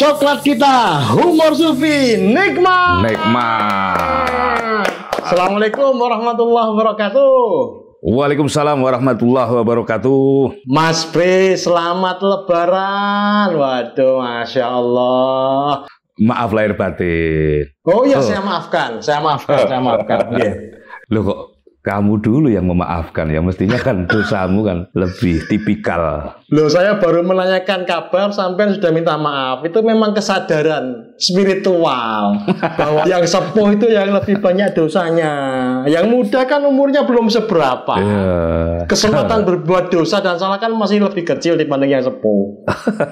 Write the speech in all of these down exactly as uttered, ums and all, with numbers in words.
Coklat kita, humor sufi, nikmat. Nikmat. Assalamualaikum warahmatullahi wabarakatuh. Waalaikumsalam warahmatullahi wabarakatuh. Mas Bre, selamat lebaran. Waduh, Masya Allah. Maaf lahir batin. Oh iya, oh. saya maafkan, saya maafkan, saya maafkan. Yeah. Loh kok kamu dulu yang memaafkan ya? Mestinya kan dosamu kan lebih tipikal. Loh, saya baru menanyakan kabar sampai sudah minta maaf. Itu memang kesadaran spiritual bahwa yang sepuh itu yang lebih banyak dosanya. Yang muda kan umurnya belum seberapa. Yeah. Kesempatan berbuat dosa dan salah kan masih lebih kecil dibanding yang sepuh.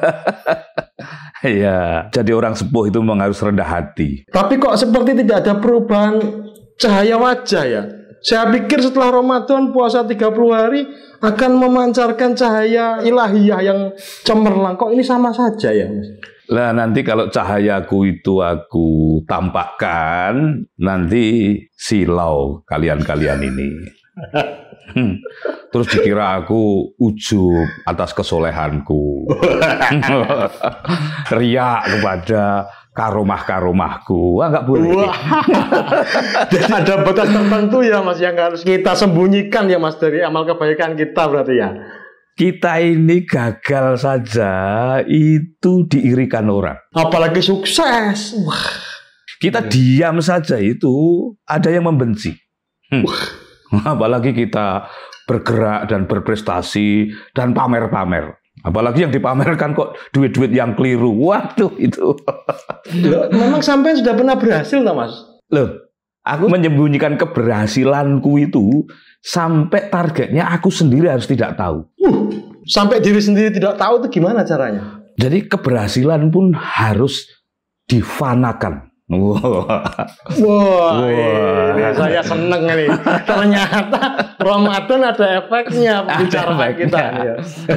Iya, jadi orang sepuh itu memang harus rendah hati. Tapi kok seperti tidak ada perubahan cahaya wajah ya? Saya pikir setelah Ramadan puasa tiga puluh hari akan memancarkan cahaya ilahiyah yang cemerlang. Kok ini sama saja ya, Mas? Lah nanti kalau cahayaku itu aku tampakkan, nanti silau kalian-kalian ini. Hmm. Terus dikira aku ujub atas kesolehanku, riak kepada karomah-karomahku. Wah, nggak boleh. Dan ada batas tertentu ya, Mas, yang harus kita sembunyikan ya, Mas, dari amal kebaikan kita berarti ya. Kita ini gagal saja itu diirikan orang. Apalagi sukses. Wah. Kita diam saja itu ada yang membenci. Hmm. Apalagi kita bergerak dan berprestasi dan pamer-pamer. Apalagi yang dipamerkan kok duit-duit yang keliru. Waduh itu. Loh, memang sampai sudah pernah berhasil tak, Mas? Loh, aku menyembunyikan keberhasilanku itu sampai targetnya aku sendiri harus tidak tahu. Uh, sampai diri sendiri tidak tahu itu gimana caranya? Jadi keberhasilan pun harus difanakan. Wow. Wah, wow, ini saya seneng nih. Ternyata Ramadan ada efeknya pembicaraan kita. Ya.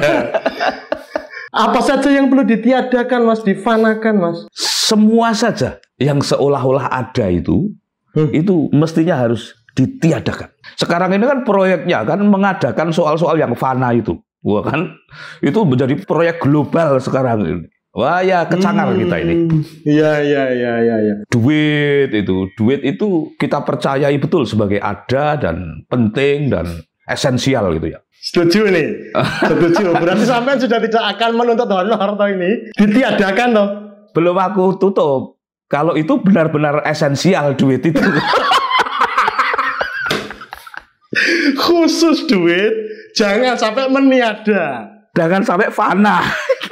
Apa saja yang perlu ditiadakan, Mas, difanakan, Mas? Semua saja yang seolah-olah ada itu, hmm. itu mestinya harus ditiadakan. Sekarang ini kan proyeknya kan mengadakan soal-soal yang fana itu. Wah kan, itu menjadi proyek global sekarang ini. Wah ya kecangar hmm, kita ini. Iya iya iya iya. Ya. Duit itu, duit itu kita percayai betul sebagai ada dan penting dan esensial gitu ya. Setuju nih, setuju. Berarti sampean sudah tidak akan menuntut harta ini ditiadakan toh? Belum aku tutup. Kalau itu benar-benar esensial duit itu. Khusus duit, jangan sampai meniada, jangan sampai fana.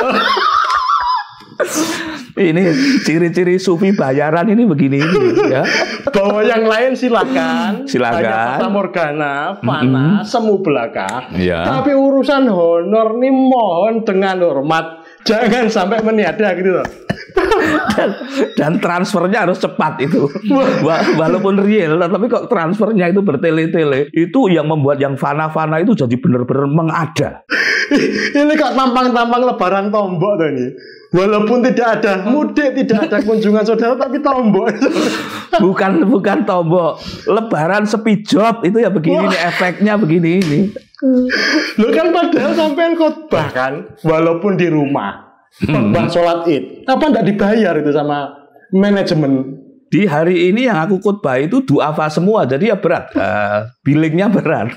Ini ciri-ciri sufi bayaran ini begini ya. Bahwa yang lain silakan, silakan. Fata morgana, fana, mm-hmm. semu belaka. Ya. Tapi urusan honor nih mohon dengan hormat, jangan sampai meniada gitu loh. dan, dan transfernya harus cepat itu. Walaupun real, tapi kok transfernya itu bertele-tele, itu yang membuat yang fana-fana itu jadi benar-benar mengada. Ini kok tampang-tampang lebaran tombok tuh ini. Walaupun tidak ada mudik, tidak ada kunjungan saudara, tapi tombok. Bukan bukan tombok. Lebaran sepi job itu ya begini nih, efeknya begini ini. Lo kan padahal sampean khotbah kan, walaupun di rumah. Khotbah hmm. sholat Id. Apa enggak dibayar itu sama manajemen? Di hari ini yang aku khotbah itu duafa semua, jadi ya berat. Uh, billingnya berat.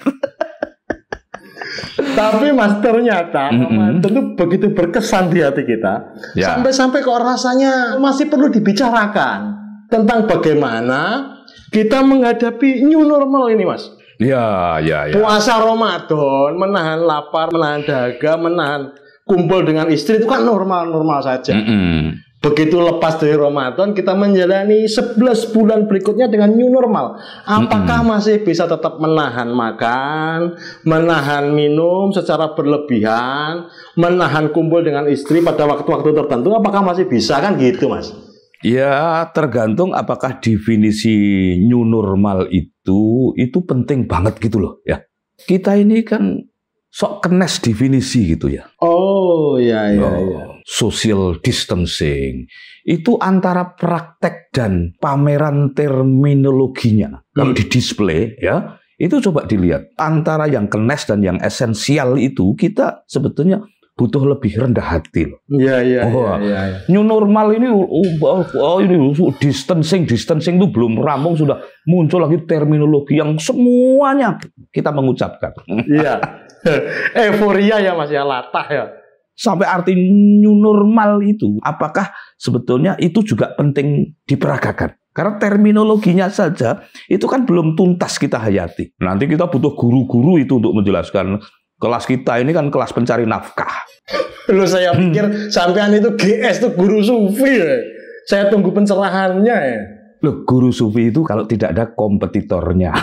Tapi Mas ternyata mm-hmm. tentu begitu berkesan di hati kita ya. Sampai-sampai kok rasanya masih perlu dibicarakan tentang bagaimana kita menghadapi new normal ini, Mas. Ya, ya, ya. Puasa Ramadan, menahan lapar, menahan dahaga, menahan kumpul dengan istri itu kan normal-normal saja. Mm-hmm. Begitu lepas dari Ramadan, kita menjalani sebelas bulan berikutnya dengan new normal. Apakah mm-hmm. masih bisa tetap menahan makan, menahan minum secara berlebihan, menahan kumpul dengan istri pada waktu-waktu tertentu? Apakah masih bisa kan gitu, Mas? Ya, tergantung apakah definisi new normal itu itu penting banget gitu loh ya. Kita ini kan sok kenes definisi gitu ya. Oh iya iya oh, iya. Social distancing itu antara praktek dan pameran terminologinya. Hmm. Kalau di display ya, itu coba dilihat antara yang kenes dan yang esensial itu kita sebetulnya butuh lebih rendah hati loh. Iya, iya, oh, iya, iya. New normal ini, oh, oh, ini distancing, distancing itu belum rampung, sudah muncul lagi terminologi yang semuanya kita mengucapkan. Iya. Euforia ya Mas ya, latah ya. Sampai arti new normal itu, apakah sebetulnya itu juga penting diperagakan? Karena terminologinya saja itu kan belum tuntas kita hayati. Nanti kita butuh guru-guru itu untuk menjelaskan. Kelas kita ini kan kelas pencari nafkah. Loh, saya pikir sampean itu G S itu guru sufi ya. Saya tunggu pencerahannya ya. Loh, guru sufi itu kalau tidak ada kompetitornya.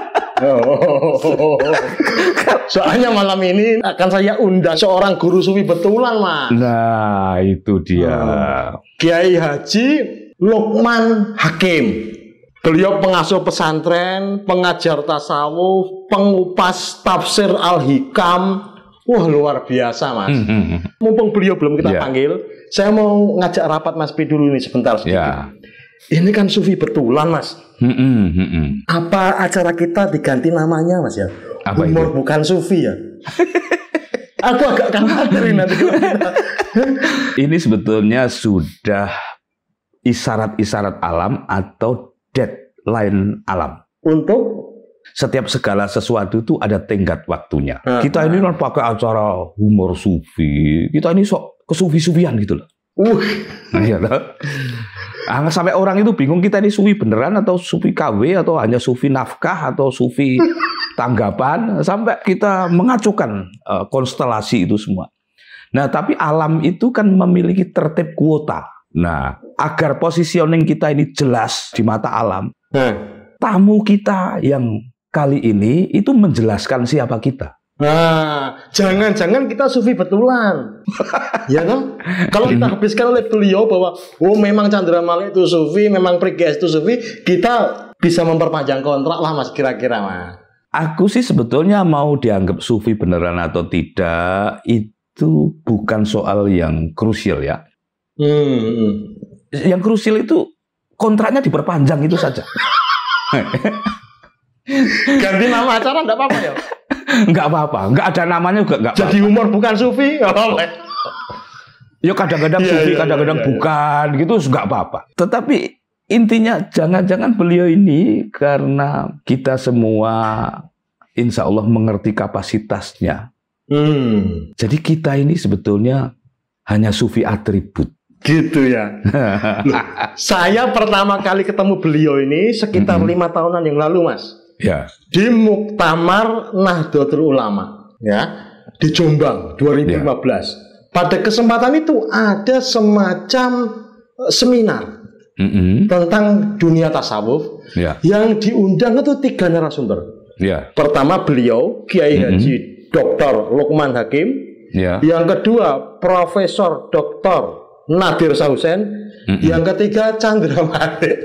Oh. Soalnya malam ini akan saya undang seorang guru sufi betulan, Mas. Nah, itu dia. Oh. Kiai Haji Lukman Hakim. Beliau pengasuh pesantren, pengajar tasawuf, pengupas tafsir Al-Hikam. Wah, luar biasa, Mas. Mm -hmm. Mumpung beliau belum kita yeah. panggil, saya mau ngajak rapat Mas Pi dulu ini sebentar sedikit. Yeah. Ini kan sufi betulan, Mas. Mm -hmm. Apa acara kita diganti namanya, Mas ya? Apa Humor itu? Bukan sufi ya? Aku agak khawatir nanti. Ini sebetulnya sudah isyarat-isyarat alam atau deadline alam. Untuk setiap segala sesuatu itu ada tenggat waktunya. Uh, kita ini kan pakai acara humor sufi. Kita ini sok kesufi-sufian gitu loh. Uh. Nah, ya, nah, sampai orang itu bingung kita ini sufi beneran atau sufi K W atau hanya sufi nafkah atau sufi tanggapan, sampai kita mengacukan uh, konstelasi itu semua. Nah, tapi alam itu kan memiliki tertib kuota. Nah, agar positioning kita ini jelas di mata alam, hmm. tamu kita yang kali ini itu menjelaskan siapa kita. Nah, jangan-jangan kita sufi betulan. Ya kan? Kalau kita habiskan oleh beliau bahwa oh memang Chandra Malik itu sufi, memang Priges itu sufi, kita bisa memperpanjang kontrak lah Mas, kira-kira Mas. Aku sih sebetulnya mau dianggap sufi beneran atau tidak, itu bukan soal yang krusial ya. Hmm. Yang krusial itu kontraknya diperpanjang itu saja. Ganti nama acara enggak apa-apa ya? Enggak apa-apa, enggak ada namanya juga enggak apa-apa. Jadi humor bukan sufi, enggak apa-apa. Ya kadang-kadang yeah, sufi, kadang-kadang yeah, yeah, bukan, yeah. gitu enggak apa-apa. Tetapi intinya jangan-jangan beliau ini karena kita semua insya Allah mengerti kapasitasnya. Hmm. Jadi kita ini sebetulnya hanya sufi atribut. Gitu ya. Loh, saya pertama kali ketemu beliau ini sekitar lima mm-hmm. tahunan yang lalu, Mas. Ya. Di Muktamar Nahdlatul Ulama, ya, di Jombang dua ribu lima belas. Ya. Pada kesempatan itu ada semacam seminar mm-hmm. tentang dunia tasawuf, ya. Yang diundang itu tiga narasumber. Ya. Pertama beliau Kiai mm-hmm. Haji Doktor Lukman Hakim. Ya. Yang kedua Profesor Doktor Nadir Sausen, mm-mm. yang ketiga Chandra Malik.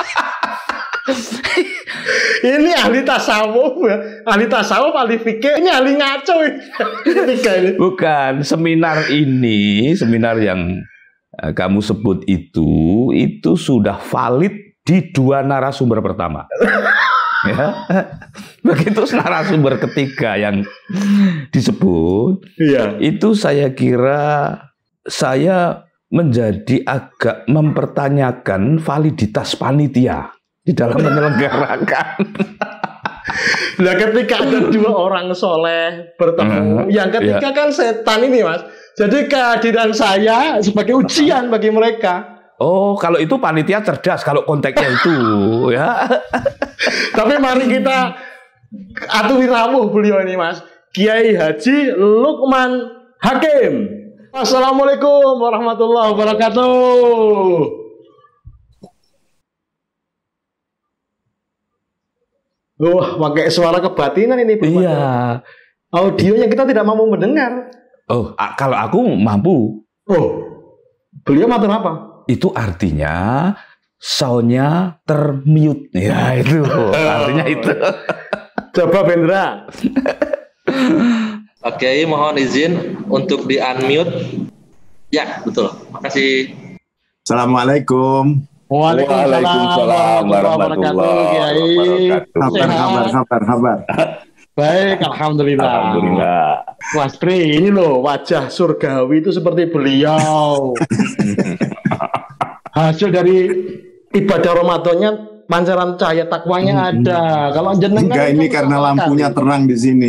Ini ahli tasawuf ya, ahli tasawuf, ahli fikih, ini ahli ngaco ini. Bukan, seminar ini, seminar yang uh, kamu sebut itu, itu sudah valid di dua narasumber pertama. Ya. Begitu narasumber ketiga yang disebut, ya. Itu saya kira saya menjadi agak mempertanyakan validitas panitia di dalam menyelenggarakan. Nah, ketika ada dua orang soleh bertemu, uh, yang ketiga yeah. kan setan ini, Mas. Jadi kehadiran saya sebagai ujian bagi mereka. Oh, kalau itu panitia cerdas kalau konteksnya itu, ya. Tapi mari kita aturi rawuh beliau ini, Mas. Kiai Haji Lukman Hakim. Assalamualaikum warahmatullahi wabarakatuh. Wah, pakai suara kebatinan ini. Iya. Audionya kita tidak mampu mendengar. Oh, kalau aku mampu. Oh, beliau matur apa? Itu artinya soundnya termute. Ya, itu. Artinya itu. Coba Bendra. Pak Kiai mohon izin untuk di unmute. Ya, betul. Makasih. Assalamualaikum. Waalaikumsalam warahmatullahi wabarakatuh. Kabar, kabar, kabar, kabar. Baik, alhamdulillah. Alhamdulillah. Mas Pri, ini loh wajah surgawi itu seperti beliau. Hasil dari ibadah Ramadannya pancaran cahaya takwanya hmm. ada. Kalau jenengan enggak, ini karena lampunya kali. Terang di sini.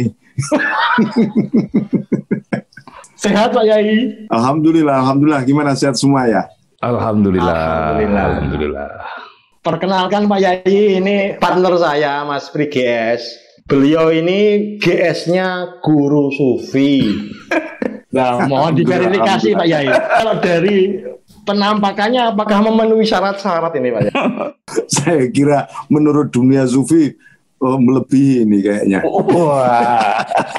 Sehat Pak Yai? Alhamdulillah, alhamdulillah. Gimana, sehat semua ya? Alhamdulillah. Alhamdulillah. Alhamdulillah. Perkenalkan Pak Yai, ini partner saya Mas Pri G S. Beliau ini G S-nya guru sufi. Nah, mohon diklarifikasi Pak Yai. Kalau dari penampakannya apakah memenuhi syarat-syarat ini Pak Yai? Saya kira menurut dunia sufi oh, melebihi ini kayaknya. Oh, wah.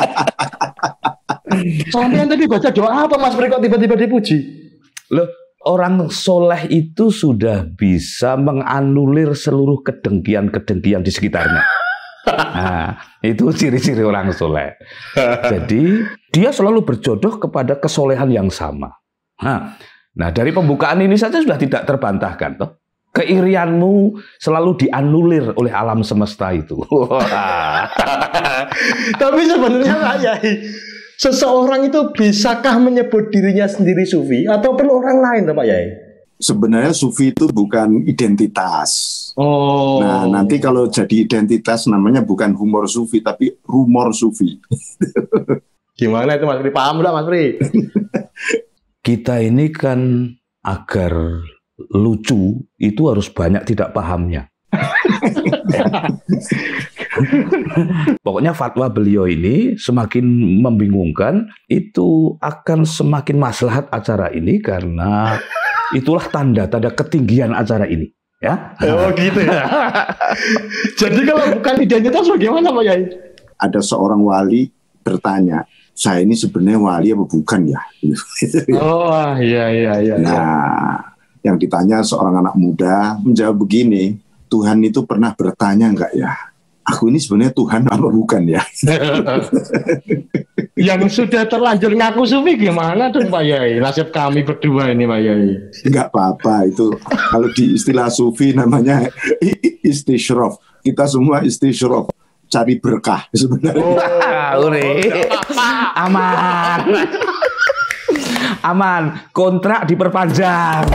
Sampai tadi baca doa apa Mas Pri kok tiba-tiba dipuji? Loh, orang soleh itu sudah bisa menganulir seluruh kedengkian-kedengkian di sekitarnya. Nah, itu ciri-ciri orang soleh. Jadi, dia selalu berjodoh kepada kesolehan yang sama. Nah, nah dari pembukaan ini saja sudah tidak terbantahkan, toh. Keirianmu selalu dianulir oleh alam semesta itu. Tapi sebenarnya Pak Yai, seseorang itu bisakah menyebut dirinya sendiri sufi atau perlu orang lain, Pak Yai? Sebenarnya sufi itu bukan identitas. Oh. Nah, nanti kalau jadi identitas namanya bukan humor sufi, tapi rumor sufi. Gimana itu Mas Pri? Paham nggak Mas Pri? Kita ini kan agar lucu itu harus banyak tidak pahamnya. Pokoknya fatwa beliau ini semakin membingungkan, itu akan semakin maslahat acara ini karena itulah tanda-tanda ketinggian acara ini, ya. Oh gitu ya. Jadi kalau bukan identitas bagaimana Pak Yai? Ada seorang wali bertanya, saya ini sebenarnya wali apa bukan ya? Oh iya iya iya. Nah, yang ditanya seorang anak muda menjawab begini, Tuhan itu pernah bertanya enggak ya? Aku ini sebenarnya Tuhan apa bukan ya? Yang sudah terlanjur ngaku sufi gimana dong Pak Yai? Nasib kami berdua ini Pak Yai. Enggak apa-apa itu. Kalau di istilah sufi namanya istisyraf. Kita semua istisyraf. Cari berkah sebenarnya. Oh, ure. Aman. Aman. Kontrak diperpanjang.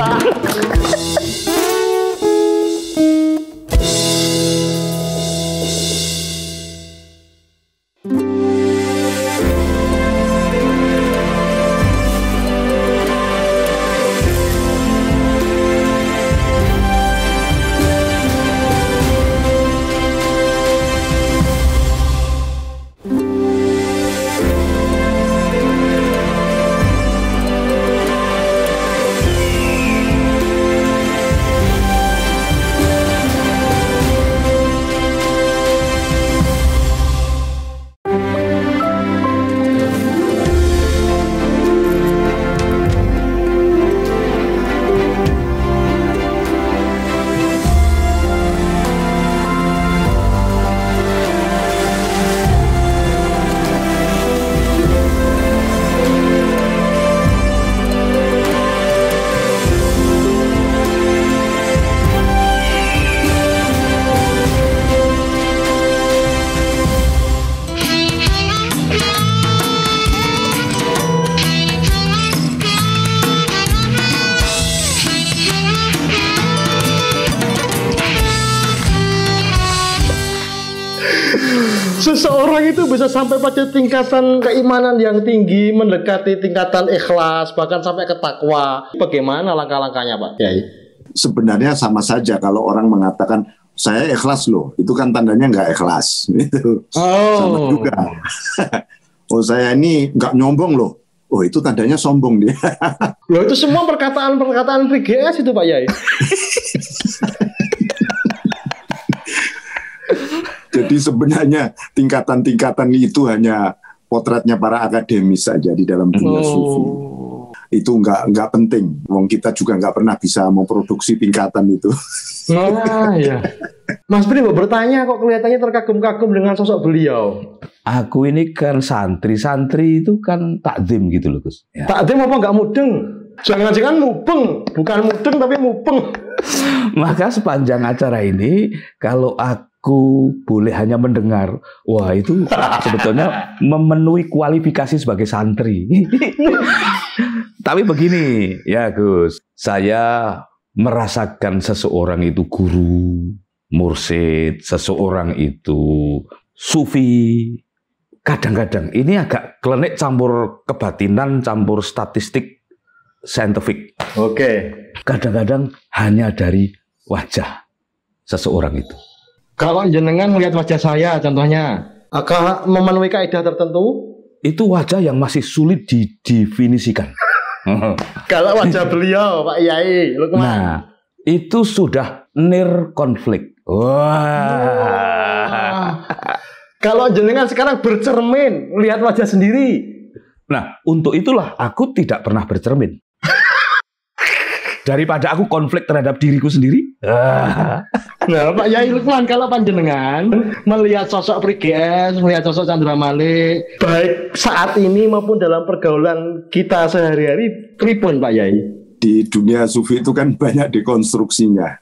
Seseorang itu bisa sampai pada tingkatan keimanan yang tinggi, mendekati tingkatan ikhlas, bahkan sampai ke takwa. Bagaimana langkah-langkahnya Pak Yai? Sebenarnya sama saja kalau orang mengatakan saya ikhlas loh, itu kan tandanya nggak ikhlas. Itu oh. Sama juga. Oh saya ini nggak nyombong loh. Oh itu tandanya sombong dia. Loh itu semua perkataan-perkataan P G S itu Pak Yai. Jadi sebenarnya tingkatan-tingkatan itu hanya potretnya para akademis saja di dalam dunia oh. sufi. Itu nggak nggak penting. Wong kita juga nggak pernah bisa memproduksi tingkatan itu. Nah ya. Mas Pri mau bertanya kok kelihatannya terkagum-kagum dengan sosok beliau. Aku ini kan santri, santri itu kan takdim gitu loh Gus. Ya. Takdim apa nggak mudeng? Jangan-jangan mubeng, bukan mudeng tapi mubeng. Maka sepanjang acara ini kalau aku aku boleh hanya mendengar, wah itu sebetulnya memenuhi kualifikasi sebagai santri. Tapi begini ya Gus, saya merasakan seseorang itu guru, mursyid, seseorang itu sufi. Kadang-kadang ini agak klenik campur kebatinan, campur statistik saintifik. Oke. Kadang-kadang hanya dari wajah seseorang itu. Kalau jenengan melihat wajah saya contohnya, apakah memenuhi kaidah tertentu? Itu wajah yang masih sulit didefinisikan. Kalau wajah beliau, Pak Yai, Lukman. Nah, itu sudah near konflik. Wah. Kalau jenengan sekarang bercermin, lihat wajah sendiri. Nah, untuk itulah aku tidak pernah bercermin. Daripada aku konflik terhadap diriku sendiri. Nah, Pak Yai Lukman, kalau panjenengan melihat sosok Pri G S, melihat sosok Chandra Malik, baik saat ini maupun dalam pergaulan kita sehari-hari, pripun Pak Yai? Di dunia sufi itu kan banyak dekonstruksinya.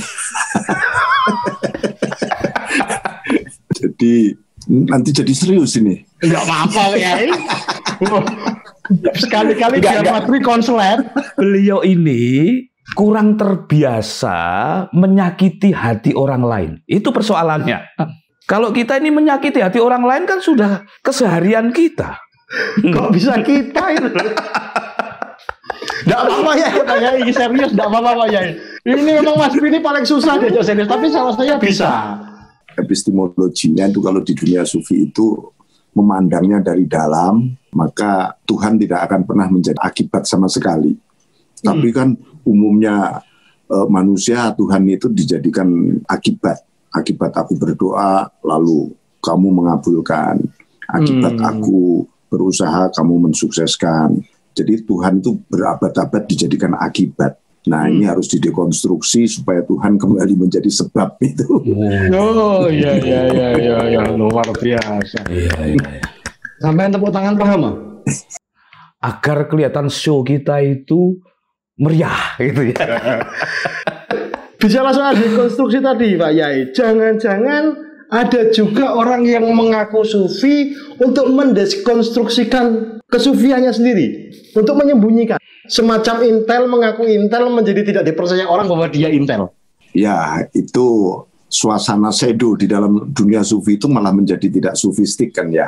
Jadi nanti jadi serius ini. Enggak apa-apa Pak Yai. Sekali-kali biar materi konslet. Beliau ini kurang terbiasa menyakiti hati orang lain. Itu persoalannya. Kalau kita ini menyakiti hati orang lain kan sudah keseharian kita. Kok bisa kita itu? Enggak apa-apa ya Pak Yai, ini serius, enggak apa-apa Pak Yai. Ini memang Mas Pri ini paling susah diajak serius, tapi sama saya bisa. Epistemologinya itu kalau di dunia sufi itu memandangnya dari dalam, maka Tuhan tidak akan pernah menjadi akibat sama sekali. Hmm. Tapi kan umumnya e, manusia Tuhan itu dijadikan akibat. Akibat aku berdoa, lalu kamu mengabulkan. Akibat hmm. aku berusaha, kamu mensukseskan. Jadi Tuhan itu berabad-abad dijadikan akibat. Nah hmm. ini harus didekonstruksi supaya Tuhan kembali menjadi sebab itu. Oh iya iya iya iya ya, luar biasa. Iya iya. iya. Sampai tepuk tangan paham? Agar kelihatan show kita itu meriah gitu ya. Bicara soal dekonstruksi tadi Pak Yai, jangan-jangan ada juga orang yang mengaku sufi untuk mendekonstruksikan kesufiannya sendiri, untuk menyembunyikan. Semacam intel mengaku intel menjadi tidak dipercaya orang bahwa dia intel. Ya, itu suasana sedo di dalam dunia sufi itu malah menjadi tidak sufistik kan ya.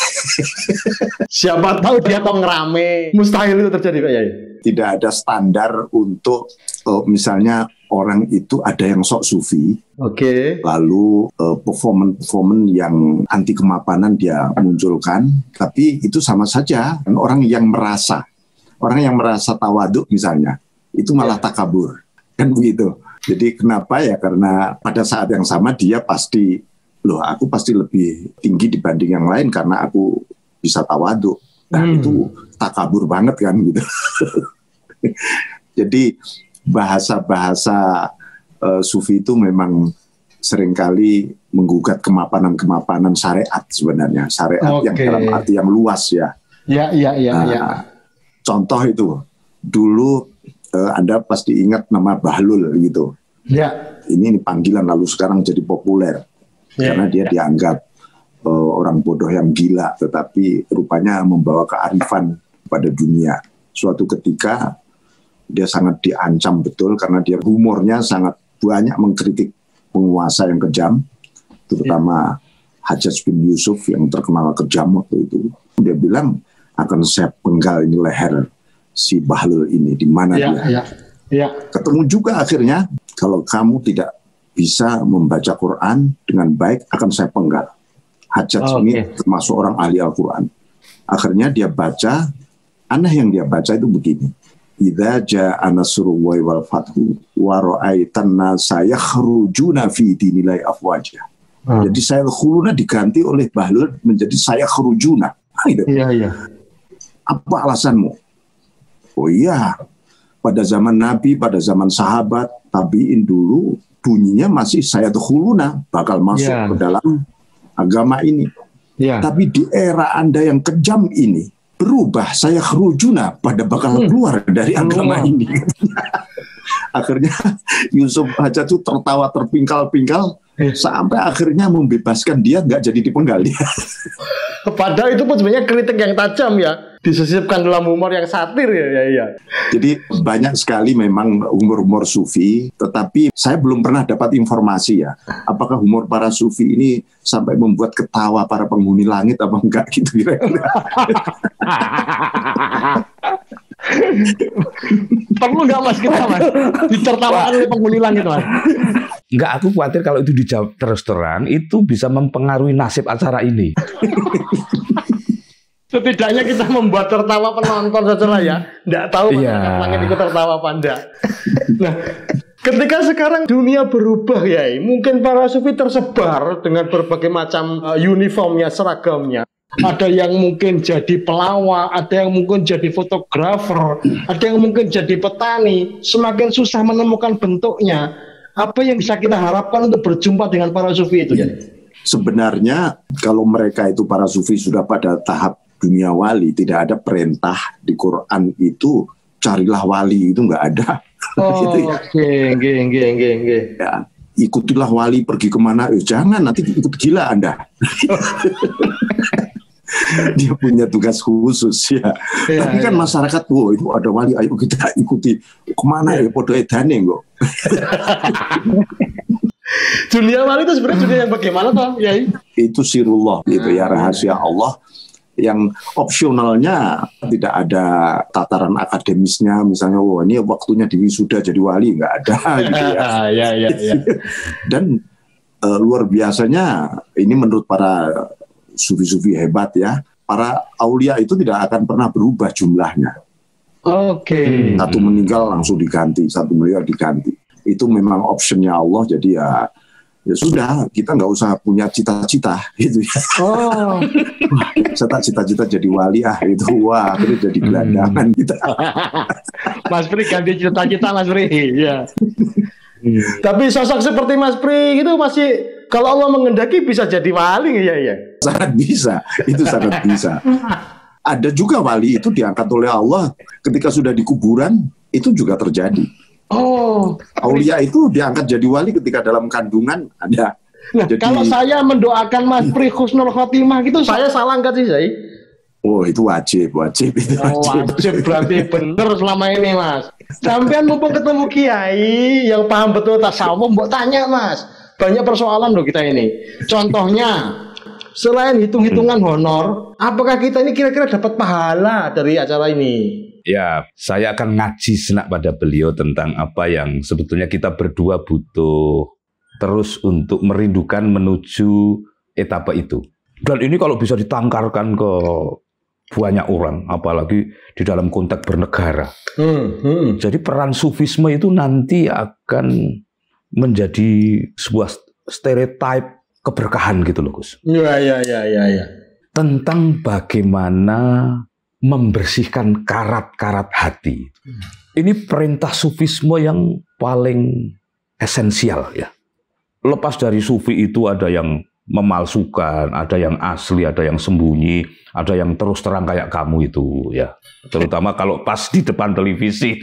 Siapa tahu dia kok ngerame. Mustahil itu terjadi Pak Yai. Tidak ada standar untuk uh, misalnya orang itu ada yang sok sufi. Oke. Okay. Lalu uh, performance-performance yang anti kemapanan dia munculkan, tapi itu sama saja orang yang merasa Orang yang merasa tawaduk misalnya, itu malah yeah. takabur, kan begitu. Jadi kenapa ya? Karena pada saat yang sama dia pasti, loh aku pasti lebih tinggi dibanding yang lain karena aku bisa tawaduk. Nah hmm. itu takabur banget kan gitu. Jadi bahasa-bahasa uh, sufi itu memang seringkali menggugat kemapanan-kemapanan syariat sebenarnya. Syariat okay. yang dalam arti yang luas ya. Ya, ya, ya, nah, ya. Contoh itu, dulu uh, Anda pasti ingat nama Bahlul gitu. Ya. Ini panggilan lalu sekarang jadi populer. Ya, karena dia ya. dianggap uh, orang bodoh yang gila, tetapi rupanya membawa kearifan pada dunia. Suatu ketika dia sangat diancam betul karena dia humornya sangat banyak mengkritik penguasa yang kejam, terutama ya. Hajjaj bin Yusuf yang terkenal kejam waktu itu. Dia bilang, akan saya penggal ini leher si Bahlul ini, di mana ya, dia. Ya, ya. Ketemu juga akhirnya, kalau kamu tidak bisa membaca Quran dengan baik, akan saya penggal. Hajjaj oh, ini okay. termasuk orang ahli Al-Quran. Akhirnya dia baca, aneh yang dia baca itu begini. Idza jaa nasrullahi wal fathu wa ra'aitan nasa yakhrujuna fi dinillahi afwaja. Hmm. Jadi saya khuluna diganti oleh Bahlul menjadi saya khurujuna. Gitu. Iya, iya. Apa alasanmu? Oh iya, pada zaman Nabi, pada zaman sahabat, tabiin dulu bunyinya masih saya khuluna, bakal masuk yeah. ke dalam agama ini. Yeah. Tapi di era Anda yang kejam ini, berubah saya khurujuna pada bakal hmm. keluar dari agama hmm. ini. Akhirnya Yusuf Hajjaj itu tertawa terpingkal-pingkal, sampai akhirnya membebaskan dia nggak jadi dipenggal dia. Padahal itu pun sebenarnya kritik yang tajam ya, disisipkan dalam humor yang satir ya, ya, ya. Jadi banyak sekali memang humor-humor sufi, tetapi saya belum pernah dapat informasi ya, apakah humor para sufi ini sampai membuat ketawa para penghuni langit apa enggak gitu kira-kira. Perlu nggak mas kita mas ditertawakan oleh penghuni langit mas? Nggak, aku khawatir kalau itu dijawab terus terang itu bisa mempengaruhi nasib acara ini. Setidaknya kita membuat tertawa penonton saja lah ya. Nggak tahu masyarakat yeah. langit itu tertawa apa enggak. Nah, ketika sekarang dunia berubah ya, mungkin para sufi tersebar dengan berbagai macam uh, uniformnya, seragamnya. Ada yang mungkin jadi pelawak, ada yang mungkin jadi fotografer, ada yang mungkin jadi petani. Semakin susah menemukan bentuknya. Apa yang bisa kita harapkan untuk berjumpa dengan para sufi itu ya? Sebenarnya kalau mereka itu para sufi sudah pada tahap dunia wali, tidak ada perintah di Quran itu carilah wali, itu nggak ada. Oh, gitu ya. Oke, oke, oke, oke. Ya, ikutilah wali pergi kemana? Eh, jangan nanti ikut gila Anda. Dia punya tugas khusus ya. ya Tapi kan ya. Masyarakat, wow itu ada wali, ayo kita ikuti. Kemana ya? Podo edane kok. Dunia wali itu sebenarnya dunia yang bagaimana toh? Ya. Itu sirullah gitu ya, rahasia Allah yang opsionalnya tidak ada tataran akademisnya, misalnya wah ini waktunya diwisuda jadi wali, nggak ada gitu ya. ya, ya, ya. Dan uh, luar biasanya ini menurut para sufi-sufi hebat ya, para aulia itu tidak akan pernah berubah jumlahnya. Oke. Okay. Satu meninggal langsung diganti, satu meninggal diganti. Itu memang optionnya Allah, jadi ya ya sudah, kita nggak usah punya cita-cita gitu ya. Oh. Wah, saya tak cita-cita jadi wali ah itu, wah akhirnya jadi gelandangan kita. Mas Pri ganti cita-cita Mas Pri, ya. Hmm. Tapi sosok seperti Mas Pri itu masih, kalau Allah mengendaki bisa jadi wali ya ya. Sangat bisa, itu sangat bisa. Ada juga wali itu diangkat oleh Allah ketika sudah di kuburan, itu juga terjadi. Oh, aulia itu diangkat jadi wali ketika dalam kandungan ada. Nah, jadi, kalau saya mendoakan Mas Pri husnul khotimah gitu, saya salah nggak sih, Zai? Oh, itu wajib, wajib itu oh, wajib. Wajib berarti bener selama ini, Mas. Sampean mumpung ketemu kiai yang paham betul tasawuf, mbok tanya, Mas. Banyak persoalan loh kita ini. Contohnya, selain hitung-hitungan honor, apakah kita ini kira-kira dapat pahala dari acara ini? Ya, saya akan ngaji senak pada beliau tentang apa yang sebetulnya kita berdua butuh terus untuk merindukan menuju etapa itu. Dan ini kalau bisa ditangkarkan ke banyak orang, apalagi di dalam konteks bernegara. Hmm, hmm. Jadi peran sufisme itu nanti akan menjadi sebuah stereotip keberkahan gitu loh, Gus. Iya, iya, iya, iya. Ya. Tentang bagaimana membersihkan karat-karat hati. Hmm. Ini perintah sufisme yang paling esensial ya. Lepas dari sufi itu ada yang memalsukan, ada yang asli, ada yang sembunyi, ada yang terus terang kayak kamu itu ya. Terutama kalau pas di depan televisi.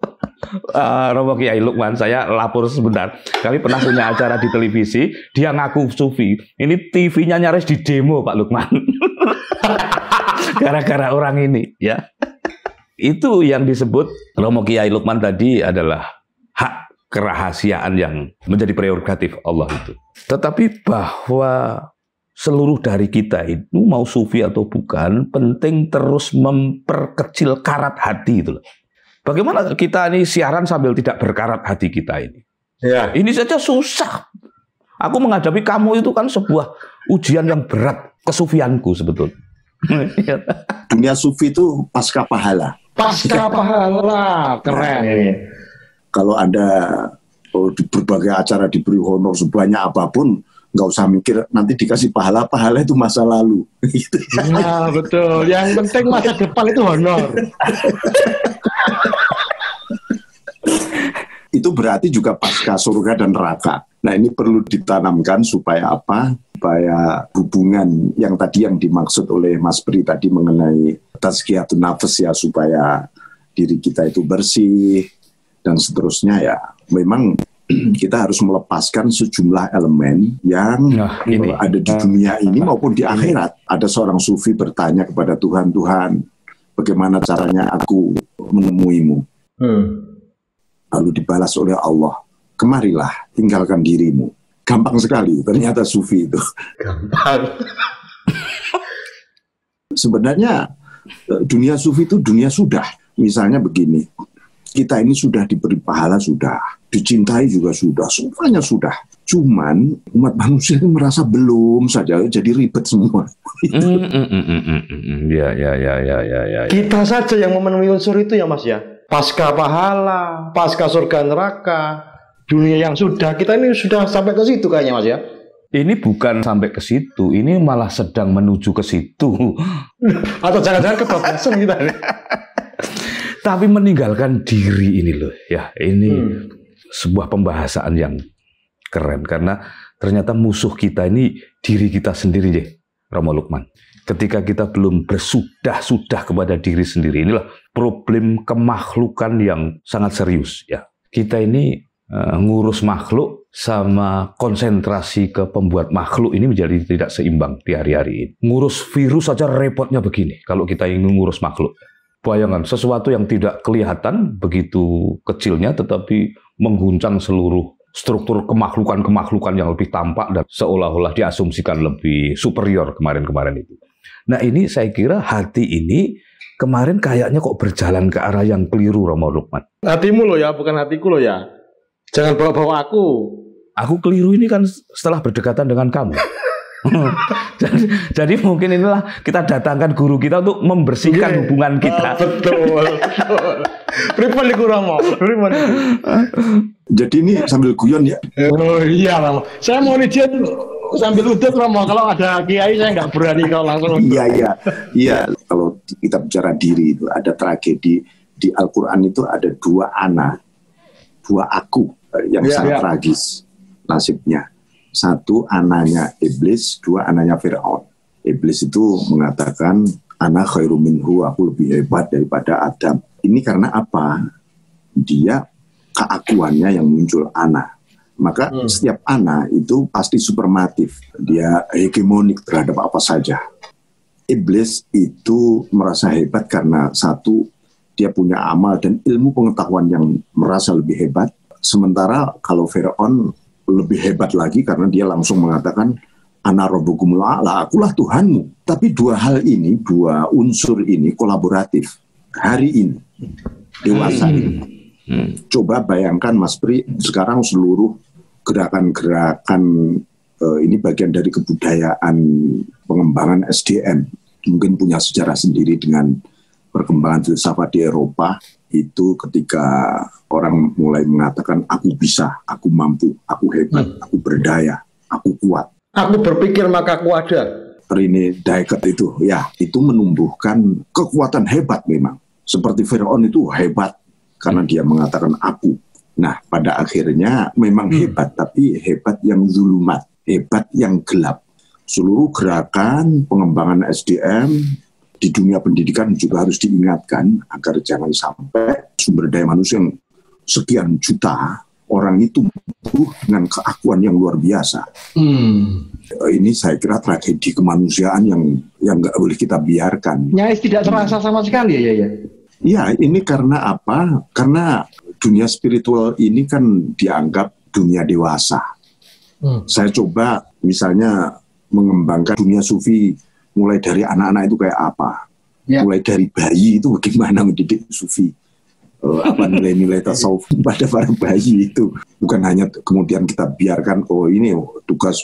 uh, Romo Kiai Lukman, saya lapor sebentar. Kami pernah punya acara di televisi, dia ngaku sufi. Ini T V-nya nyaris di demo Pak Lukman. Gara-gara orang ini ya. Itu yang disebut Romo Kiai Lukman tadi adalah hak kerahasiaan yang menjadi prerogatif Allah itu. Tetapi bahwa seluruh dari kita itu mau sufi atau bukan, penting terus memperkecil karat hati itu loh. Bagaimana kita ini siaran sambil tidak berkarat hati kita ini? Ya. Ini saja susah. Aku menghadapi kamu itu kan sebuah ujian yang berat kesufianku sebetulnya. Dunia sufi itu pasca pahala. Pasca pahala, keren ini. Kalau Anda oh, di berbagai acara diberi honor sebanyak apapun, nggak usah mikir nanti dikasih pahala, pahala itu masa lalu. Nah, betul. Yang penting masa depan itu honor. Itu berarti juga pasca surga dan neraka. Nah ini perlu ditanamkan supaya apa? Supaya hubungan yang tadi yang dimaksud oleh Mas Pri tadi mengenai tazkiyatun nafs ya, supaya diri kita itu bersih dan seterusnya ya. Memang kita harus melepaskan sejumlah elemen yang nah, ini. ada di dunia ini maupun di akhirat. Ada seorang sufi bertanya kepada Tuhan, Tuhan, bagaimana caranya aku menemuimu? Hmm. Lalu dibalas oleh Allah, kemarilah, tinggalkan dirimu. Gampang sekali, ternyata sufi itu. Gampang. Sebenarnya dunia sufi itu dunia sudah. Misalnya begini, kita ini sudah diberi pahala sudah, dicintai juga sudah, semuanya sudah. Cuman umat manusia ini merasa belum saja, jadi ribet semua. Mm, mm, mm, mm, mm. Ya, ya, ya, ya, ya, ya. Kita saja yang memenuhi unsur itu ya Mas ya. Pasca pahala, pasca surga neraka, dunia yang sudah, kita ini sudah sampai ke situ kayaknya Mas ya. Ini bukan sampai ke situ, ini malah sedang menuju ke situ. Atau jangan-jangan kebablasan kita nih. Tapi meninggalkan diri ini loh, ya ini hmm. sebuah pembahasan yang keren karena ternyata musuh kita ini diri kita sendiri deh, Romo Lukman. Ketika kita belum bersudah-sudah kepada diri sendiri, inilah problem kemakhlukan yang sangat serius ya. Kita ini uh, ngurus makhluk sama konsentrasi ke pembuat makhluk ini menjadi tidak seimbang di hari-hari ini. Ngurus virus saja repotnya begini kalau kita ingin ngurus makhluk. Bayangkan sesuatu yang tidak kelihatan begitu kecilnya tetapi mengguncang seluruh struktur kemakhlukan-kemakhlukan yang lebih tampak dan seolah-olah diasumsikan lebih superior kemarin-kemarin itu. Nah ini saya kira hati ini kemarin kayaknya kok berjalan ke arah yang keliru Romo Lukman. Hatimu loh ya, bukan hatiku loh ya. Jangan bawa-bawa aku. Aku keliru ini kan setelah berdekatan dengan kamu. jadi, jadi mungkin inilah kita datangkan guru kita untuk membersihkan yeah. hubungan kita. Oh, betul. Pripun iku Romo? Pripun? Jadi ini sambil guyon ya. Oh iya Romo. Saya mau izin sambil udut Romo. Kalau ada kiai saya nggak berani kalau langsung. Iya iya iya. Kalau kita bicara diri itu ada tragedi di Al-Quran itu ada dua ana, dua aku yang yeah, sangat yeah. tragis nasibnya. Satu anaknya iblis, dua anaknya Fir'aun. Iblis itu mengatakan ana khairu minhu, aku lebih hebat daripada Adam. Ini karena apa? Dia keakuannya yang muncul ana. Maka hmm. setiap ana itu pasti supermatif. Dia hegemonik terhadap apa saja. Iblis itu merasa hebat karena satu, dia punya amal dan ilmu pengetahuan yang merasa lebih hebat. Sementara kalau Fir'aun lebih hebat lagi karena dia langsung mengatakan ana rabbukumul a'la, akulah Tuhanmu. Tapi dua hal ini, dua unsur ini kolaboratif. Hari ini, dewasa hmm. ini. Hmm. Coba bayangkan Mas Pri, sekarang seluruh gerakan-gerakan uh, ini bagian dari kebudayaan pengembangan S D M. Mungkin punya sejarah sendiri dengan perkembangan filsafat di Eropa. Itu ketika orang mulai mengatakan aku bisa, aku mampu, aku hebat, hmm. aku berdaya, aku kuat. Aku berpikir maka aku ada. Rene Descartes itu, ya itu menumbuhkan kekuatan hebat memang. Seperti Fir'aun itu hebat karena dia mengatakan aku. Nah pada akhirnya memang hmm. hebat, tapi hebat yang zulumat, hebat yang gelap. Seluruh gerakan pengembangan S D M di dunia pendidikan juga harus diingatkan agar jangan sampai sumber daya manusia yang sekian juta orang itu tumbuh dengan keakuan yang luar biasa. Hmm. Ini saya kira tragedi kemanusiaan yang yang nggak boleh kita biarkan. Nyaris tidak terasa sama sekali ya ya. Ya ini karena apa? Karena dunia spiritual ini kan dianggap dunia dewasa. Hmm. Saya coba misalnya mengembangkan dunia sufi. Mulai dari anak-anak itu kayak apa, ya. Mulai dari bayi itu bagaimana mendidik sufi, uh, apa nilai-nilai tasawuf pada para bayi itu, bukan hanya kemudian kita biarkan oh ini tugas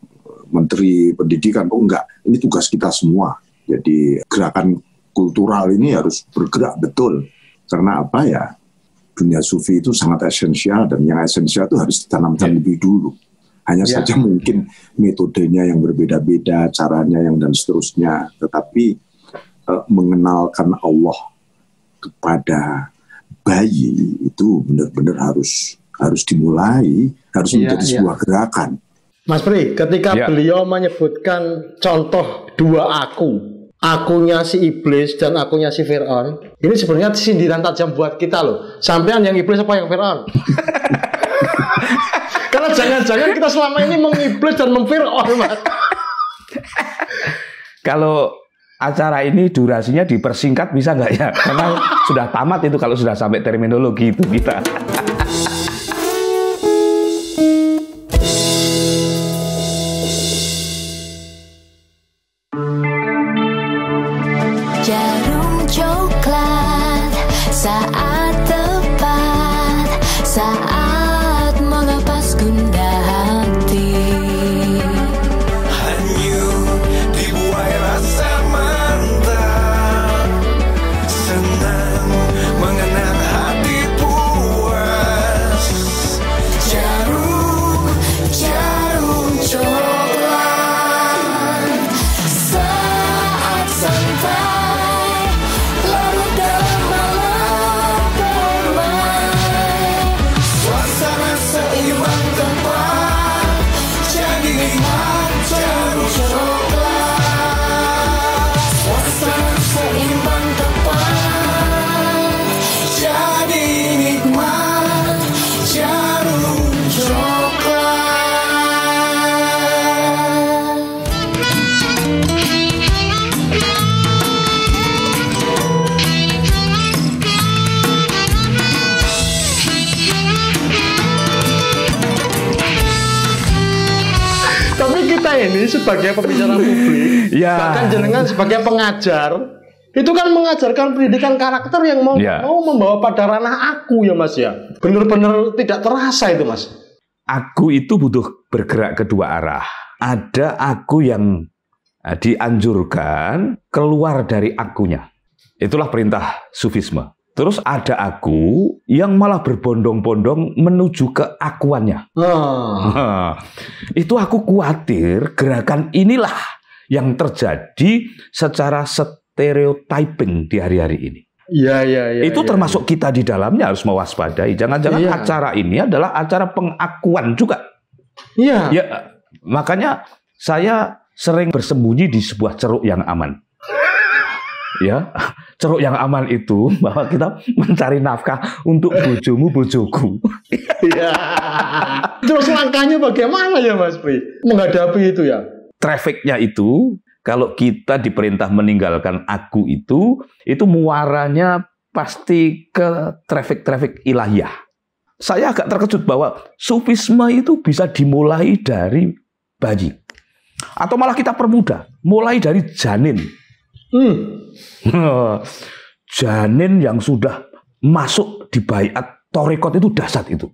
Menteri Pendidikan, oh enggak, ini tugas kita semua. Jadi gerakan kultural ini harus bergerak betul, karena apa ya, dunia sufi itu sangat esensial dan yang esensial itu harus ditanamkan ya. Lebih dulu. Hanya ya. Saja mungkin metodenya yang berbeda-beda, caranya yang dan seterusnya. Tetapi uh, mengenalkan Allah kepada bayi itu benar-benar harus harus dimulai, harus ya, menjadi ya. Sebuah gerakan. Mas Pri, ketika ya. Beliau menyebutkan contoh dua aku, akunya si iblis dan akunya si Fir'aun, ini sebenarnya sindiran tajam buat kita loh. Sampean yang iblis apa yang Fir'aun? Karena jangan-jangan kita selama ini mengiblis dan memfir'aun, Mas. Kalau acara ini durasinya dipersingkat bisa nggak ya? Karena sudah tamat itu kalau sudah sampai terminologi itu kita. Jarum coklat saat tepat, saat melepas gundah hati. Hanyut dibuai rasa mantap, senang mengenang hati puas. Jarum, jarum coklat saat santai. Ini sebagai pembicara publik, ya. Bahkan jenengan sebagai pengajar, itu kan mengajarkan pendidikan karakter yang mau ya. mau membawa pada ranah aku ya Mas ya. Benar-benar tidak terasa itu Mas. Aku itu butuh bergerak kedua arah. Ada aku yang dianjurkan keluar dari akunya. Itulah perintah sufisme. Terus ada aku yang malah berbondong-bondong menuju ke akuannya. Oh. Nah, itu aku khawatir gerakan inilah yang terjadi secara stereotyping di hari-hari ini. Iya, iya, iya. Itu ya, termasuk ya. kita di dalamnya harus mewaspadai. Jangan-jangan ya. acara ini adalah acara pengakuan juga. Iya. Ya, makanya saya sering bersembunyi di sebuah ceruk yang aman. Ya, ceruk yang aman itu bahwa kita mencari nafkah untuk bojomu bojoku. Iya. Terus langkahnya bagaimana ya Mas Pri menghadapi itu ya? Trafficnya itu kalau kita diperintah meninggalkan aku itu, itu muaranya pasti ke traffic-traffic ilahiyah. Saya agak terkejut bahwa sufisme itu bisa dimulai dari bayi, atau malah kita permudah, mulai dari janin. Hmm. Janin yang sudah masuk di baiat torikot itu dahsyat itu.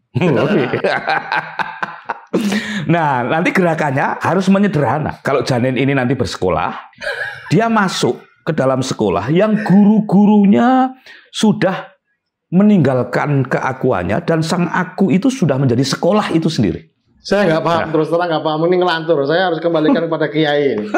Nah, nanti gerakannya harus menyederhana. Kalau janin ini nanti bersekolah, dia masuk ke dalam sekolah yang guru-gurunya sudah meninggalkan keakuannya dan sang aku itu sudah menjadi sekolah itu sendiri. Saya nggak paham, nah. terus terang nggak paham, ini ngelantur. Saya harus kembalikan kepada kiai ini.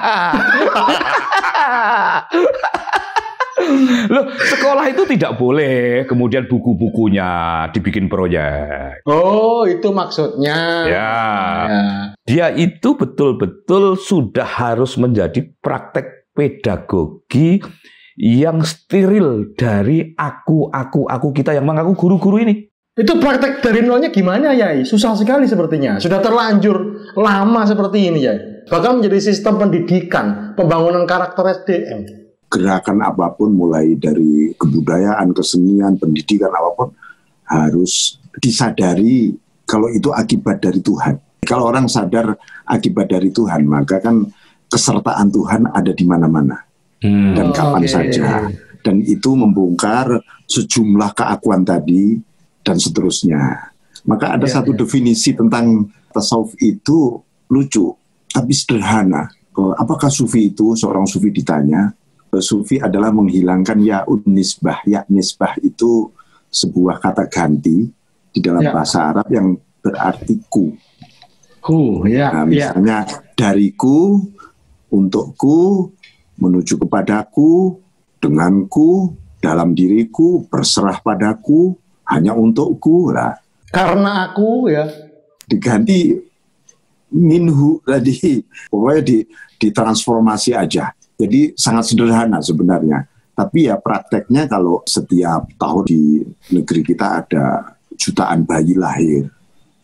Loh, sekolah itu tidak boleh kemudian buku-bukunya dibikin proyek. Oh, itu maksudnya. Ya. ya. Dia itu betul-betul sudah harus menjadi praktek pedagogi yang steril dari aku, aku, aku kita yang mengaku guru-guru ini. Itu praktek dari nolnya gimana Yai? Susah sekali sepertinya. Sudah terlanjur lama seperti ini Yai. Bahkan menjadi sistem pendidikan, pembangunan karakter S D M. Gerakan apapun mulai dari kebudayaan, kesenian, pendidikan apapun harus disadari kalau itu akibat dari Tuhan. Kalau orang sadar akibat dari Tuhan, maka kan kesertaan Tuhan ada di mana-mana. Hmm. Dan kapan okay. saja. Dan itu membongkar sejumlah keakuan tadi dan seterusnya. Maka ada ya, satu ya. definisi tentang tasawuf itu lucu, tapi sederhana. Apakah sufi itu, seorang sufi ditanya, sufi adalah menghilangkan ya'un nisbah. Ya nisbah itu sebuah kata ganti di dalam ya. bahasa Arab yang berarti ku. Ku, ya. Nah, misalnya ya. dariku, untukku, menuju kepadaku, denganku, dalam diriku, berserah padaku, hanya untukku lah. Karena aku ya. Diganti minhu tadi, pokoknya di, ditransformasi aja. Jadi sangat sederhana sebenarnya. Tapi ya prakteknya kalau setiap tahun di negeri kita ada jutaan bayi lahir.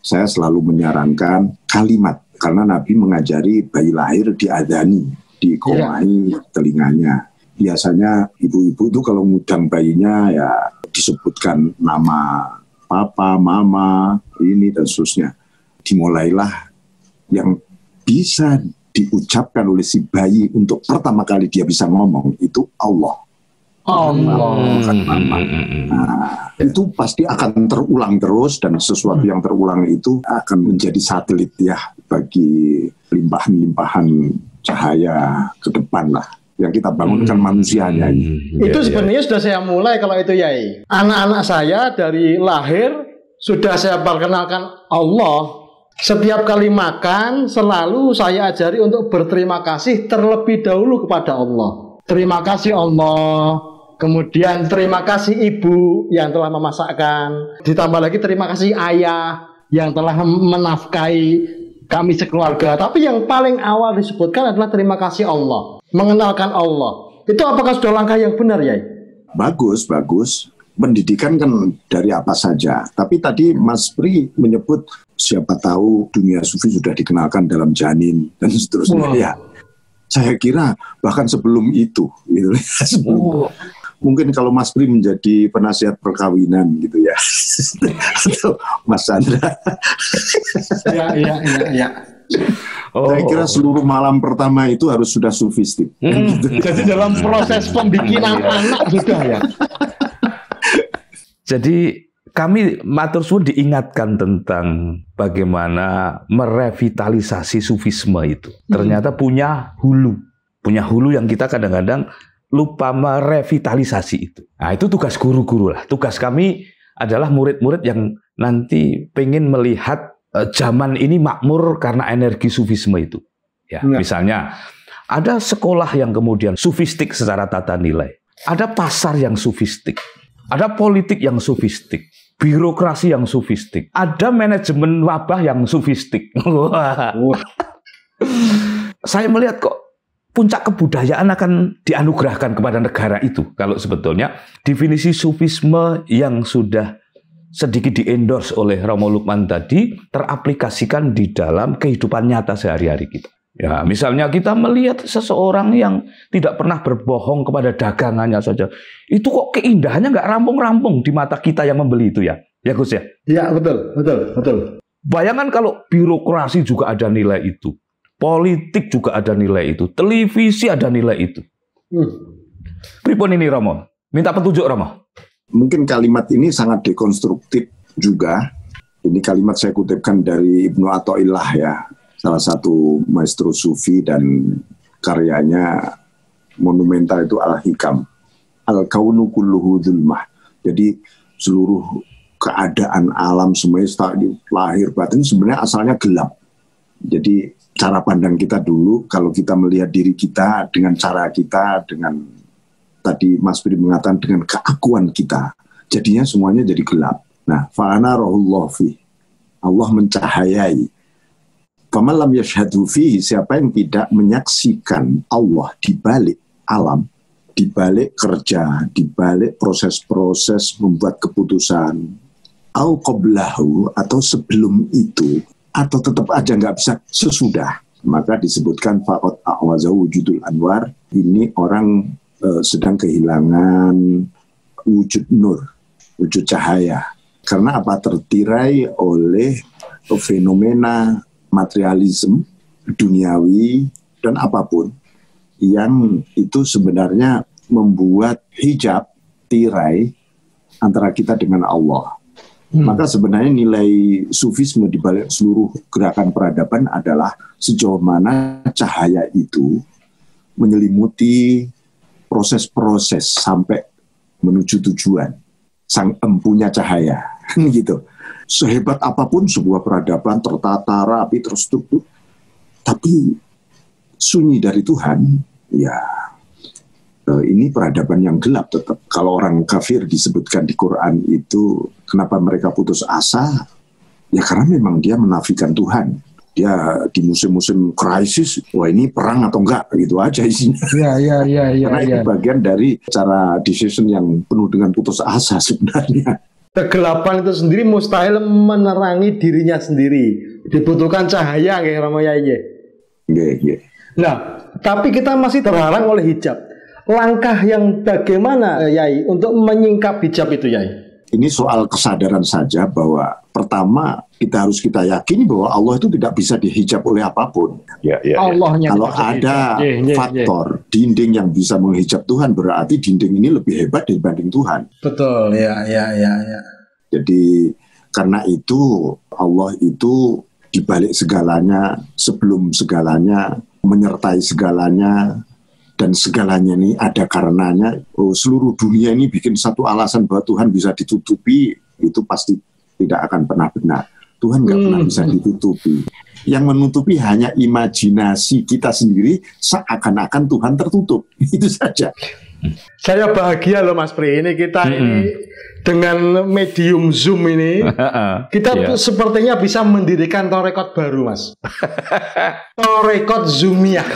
saya selalu menyarankan kalimat. Karena Nabi mengajari bayi lahir diadani, dikomai ya. telinganya. Biasanya ibu-ibu itu kalau ngudang bayinya ya disebutkan nama papa, mama, ini dan seterusnya. Dimulailah yang bisa diucapkan oleh si bayi untuk pertama kali dia bisa ngomong itu Allah. Allah. Bukan mama. Nah, itu pasti akan terulang terus dan sesuatu yang terulang itu akan menjadi satelit ya bagi limpahan-limpahan cahaya ke depan lah. Yang kita bangunkan hmm. manusianya ini. Itu sebenarnya sudah saya mulai kalau itu Yai. Anak-anak saya dari lahir sudah saya perkenalkan Allah. Setiap kali makan selalu saya ajari untuk berterima kasih terlebih dahulu kepada Allah. Terima kasih Allah. Kemudian terima kasih ibu yang telah memasakkan. Ditambah lagi terima kasih ayah yang telah menafkahi kami sekeluarga. Tapi yang paling awal disebutkan adalah terima kasih Allah. Mengenalkan Allah. Itu apakah sudah langkah yang benar ya? Bagus, bagus. Pendidikan kan dari apa saja. Tapi tadi Mas Pri menyebut siapa tahu dunia sufi sudah dikenalkan dalam janin dan seterusnya. Wow. Ya, saya kira bahkan sebelum itu. Gitu. sebelum oh. Mungkin kalau Mas Pri menjadi penasihat perkawinan gitu ya. Atau Mas Chandra. Iya, iya, iya, iya. Oh. Saya kira seluruh malam pertama itu harus sudah sufistik. Hmm. Gitu. Jadi dalam proses pembikinan anak sudah ya. Jadi kami matur suwun diingatkan tentang bagaimana merevitalisasi sufisme itu. Ternyata punya hulu. Punya hulu yang kita kadang-kadang lupa merevitalisasi itu. Nah, itu tugas guru-guru lah. Tugas kami adalah murid-murid yang nanti pengen melihat uh, zaman ini makmur karena energi sufisme itu. Ya, ya. Misalnya ada sekolah yang kemudian sufistik secara tata nilai. Ada pasar yang sufistik. Ada politik yang sufistik. Birokrasi yang sufistik. Ada manajemen wabah yang sufistik. Saya melihat kok puncak kebudayaan akan dianugerahkan kepada negara itu. Kalau sebetulnya definisi sufisme yang sudah sedikit di-endorse oleh Romo Lukman tadi teraplikasikan di dalam kehidupan nyata sehari-hari kita. Ya, misalnya kita melihat seseorang yang tidak pernah berbohong kepada dagangannya saja. Itu kok keindahannya nggak rampung-rampung di mata kita yang membeli itu ya. Ya Gus ya? Iya, betul, betul, betul. Bayangkan kalau birokrasi juga ada nilai itu. Politik juga ada nilai itu. Televisi ada nilai itu. Hmm. Pripun ini Romo? Minta petunjuk Romo. Mungkin kalimat ini sangat dekonstruktif juga. Ini kalimat saya kutipkan dari Ibnu Athaillah ya. Salah satu maestro sufi dan karyanya monumental itu Al-Hikam. Al-Kaunu kulluhu dzulmah. Jadi seluruh keadaan alam semuanya lahir batin sebenarnya asalnya gelap. Jadi cara pandang kita dulu kalau kita melihat diri kita dengan cara kita, dengan tadi Mas Budi mengatakan dengan keakuan kita, jadinya semuanya jadi gelap. Nah, fa'ana rohullah fi. Allah mencahayai. Faman lam yashhadu fihi, siapa yang tidak menyaksikan Allah di balik alam, di balik kerja, di balik proses-proses membuat keputusan, au qablahu, atau sebelum itu, atau tetap aja nggak bisa sesudah, maka disebutkan faqad a'wazahu wujudul anwar. Ini orang eh, sedang kehilangan wujud nur, wujud cahaya. Karena apa? Tertirai oleh fenomena materialisme, duniawi, dan apapun yang itu sebenarnya membuat hijab, tirai antara kita dengan Allah. Hmm. Maka sebenarnya nilai sufisme di balik seluruh gerakan peradaban adalah sejauh mana cahaya itu menyelimuti proses-proses sampai menuju tujuan. Sang empunya cahaya, gitu. Sehebat apapun sebuah peradaban tertata, rapi, terstruktur, tapi sunyi dari Tuhan, ya ini peradaban yang gelap tetap. Kalau orang kafir disebutkan di Quran itu, kenapa mereka putus asa? Ya karena memang dia menafikan Tuhan. Dia di musim-musim krisis, wah ini perang atau enggak, gitu aja isinya. Ya, ya, ya, ya. Karena ya. itu bagian dari cara decision yang penuh dengan putus asa sebenarnya. Kegelapan itu sendiri mustahil menerangi dirinya sendiri. Dibutuhkan cahaya kayak Romo Yai. Nggih, nggih. Nah, tapi kita masih terhalang oleh hijab. Langkah yang bagaimana Yai untuk menyingkap hijab itu Yai? Ini soal kesadaran saja bahwa pertama kita harus kita yakini bahwa Allah itu tidak bisa dihijab oleh apapun. Ya, ya, ya. Allahnya Kalau tidak bisa ada hijab. Ye, ye, faktor dinding yang bisa menghijab Tuhan, berarti dinding ini lebih hebat dibanding Tuhan. Betul, ya, ya, ya, ya. Jadi karena itu Allah itu dibalik segalanya, sebelum segalanya, menyertai segalanya, dan segalanya ini ada karenanya. Oh, seluruh dunia ini bikin satu alasan bahwa Tuhan bisa ditutupi, itu pasti tidak akan pernah benar. Tuhan nggak hmm. pernah bisa ditutupi. Yang menutupi hanya imajinasi kita sendiri, seakan-akan Tuhan tertutup. Itu saja. Saya bahagia loh Mas Pri, ini kita hmm. ini dengan medium Zoom ini, kita yeah. sepertinya bisa mendirikan torekot baru Mas. Torekot Zoomiyah.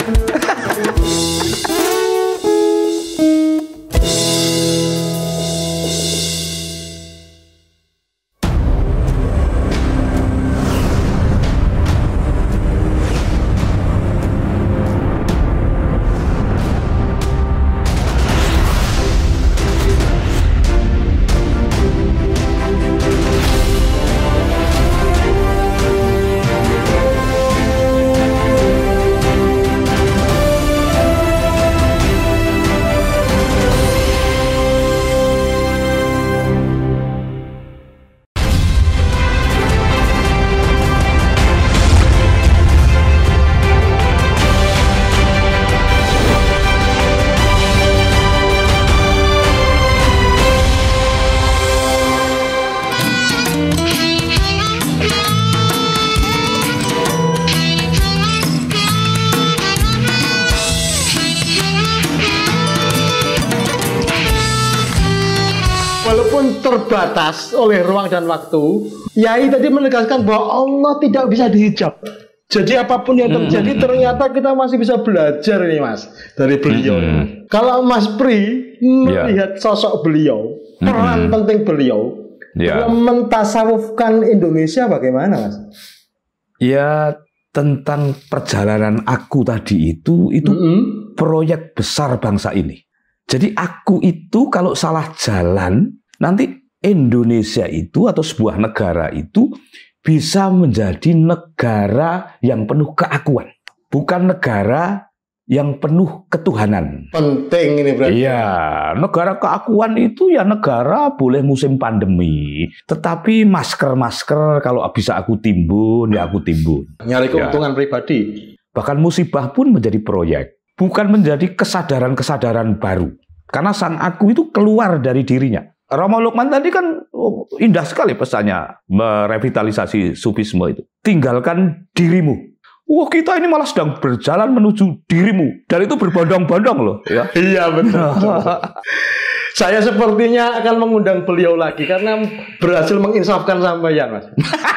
Walaupun terbatas oleh ruang dan waktu, Yai tadi menegaskan bahwa Allah tidak bisa dihijab. Jadi apapun yang terjadi, hmm. ternyata kita masih bisa belajar ini Mas dari beliau. Hmm. Kalau Mas Pri melihat yeah. sosok beliau, peran hmm. penting beliau yeah. dalam mentasawufkan Indonesia bagaimana Mas? Ya tentang perjalanan aku tadi itu, itu hmm. proyek besar bangsa ini. Jadi aku itu kalau salah jalan, nanti Indonesia itu atau sebuah negara itu bisa menjadi negara yang penuh keakuan. Bukan negara yang penuh ketuhanan. Penting ini berarti. Iya, negara keakuan itu ya negara boleh musim pandemi. Tetapi masker-masker kalau bisa aku timbun, ya aku timbun. Nyari keuntungan ya. Pribadi. Bahkan musibah pun menjadi proyek. Bukan menjadi kesadaran-kesadaran baru. Karena sang aku itu keluar dari dirinya. Romo Lukman tadi kan oh, indah sekali pesannya merevitalisasi sufisme itu. Tinggalkan dirimu. Wah, kita ini malah sedang berjalan menuju dirimu. Dan itu berbondong-bondong loh. Ya. Iya betul. Saya sepertinya akan mengundang beliau lagi karena berhasil menginsafkan sampeyan, Mas.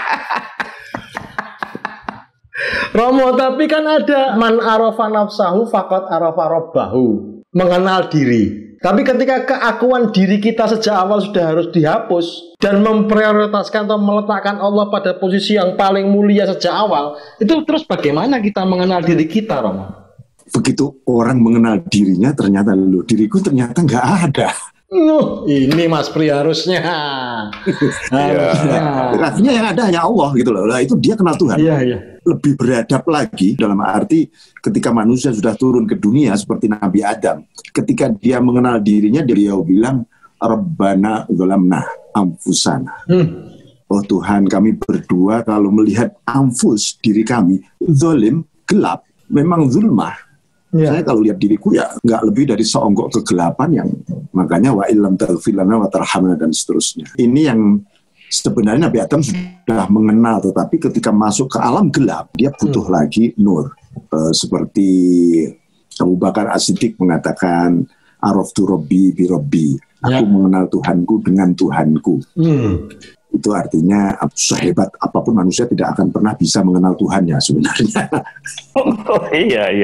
Romo, tapi kan ada man arafa nafsahu faqad arafa rabbahu, mengenal diri. Tapi ketika keakuan diri kita sejak awal sudah harus dihapus dan memprioritaskan atau meletakkan Allah pada posisi yang paling mulia sejak awal, itu terus bagaimana kita mengenal diri kita, Romo? Begitu orang mengenal dirinya, ternyata lu diriku ternyata nggak ada. Uh, ini Mas Pri harusnya. harusnya. Artinya yang ada hanya Allah gitu loh. Lah itu dia kenal Tuhan. Iya, iya. Lebih beradab lagi dalam arti ketika manusia sudah turun ke dunia seperti Nabi Adam. Ketika dia mengenal dirinya, dia bilang Rabbana dzalamna anfusana. Hmm. Oh Tuhan, kami berdua kalau melihat anfus diri kami zalim, gelap, memang zulmah. Ya. Saya kalau lihat diriku ya nggak lebih dari seonggok kegelapan yang makanya wa illam taghfir lana wa tarhamna dan seterusnya. Ini yang sebenarnya Nabi Adam sudah mengenal, tetapi ketika masuk ke alam gelap dia butuh hmm. lagi nur. E, seperti Abu Bakar As-Siddiq mengatakan araftu rabbi bi rabbi. Aku ya. mengenal Tuhanku dengan Tuhanku. Hmm. Itu artinya sehebat apapun manusia tidak akan pernah bisa mengenal Tuhannya sebenarnya. Oh iya iya.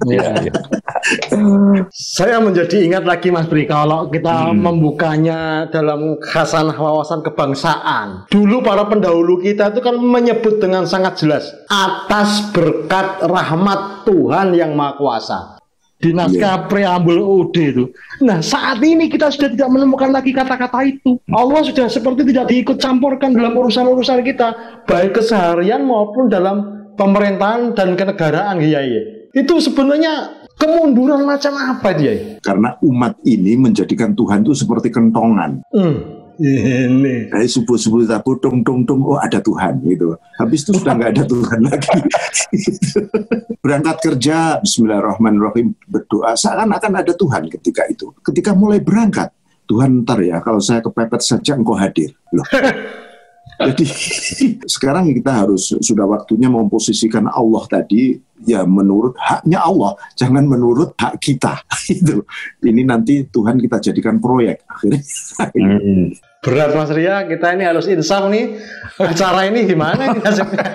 Ya, ya. Saya menjadi ingat lagi Mas Bri, kalau kita hmm. membukanya dalam khasanah wawasan kebangsaan. Dulu para pendahulu kita itu kan menyebut dengan sangat jelas, atas berkat rahmat Tuhan yang Maha Kuasa. Di naskah yeah. preambul U D itu. Nah, saat ini kita sudah tidak menemukan lagi kata-kata itu. Allah sudah seperti tidak diikut campurkan dalam urusan-urusan kita, baik keseharian maupun dalam pemerintahan dan kenegaraan, ya, ya. Itu sebenarnya kemunduran macam apa dia? Karena umat ini menjadikan Tuhan itu seperti kentongan. Hmm. Ini. Dari subuh-subuh tabu dong dong dong, oh ada Tuhan gitu. Habis itu sudah nggak ada Tuhan lagi. Berangkat kerja, Bismillahirrahmanirrahim, berdoa, seakan-akan ada Tuhan ketika itu. Ketika mulai berangkat, Tuhan ntar ya, kalau saya kepepet saja engkau hadir. Loh. Jadi sekarang kita harus sudah waktunya memposisikan Allah tadi ya menurut haknya Allah, jangan menurut hak kita. Itu. Ini nanti Tuhan kita jadikan proyek akhirnya. Hmm. Berat Mas Ria, kita ini harus insaf nih. Acara ini gimana ini nasibnya?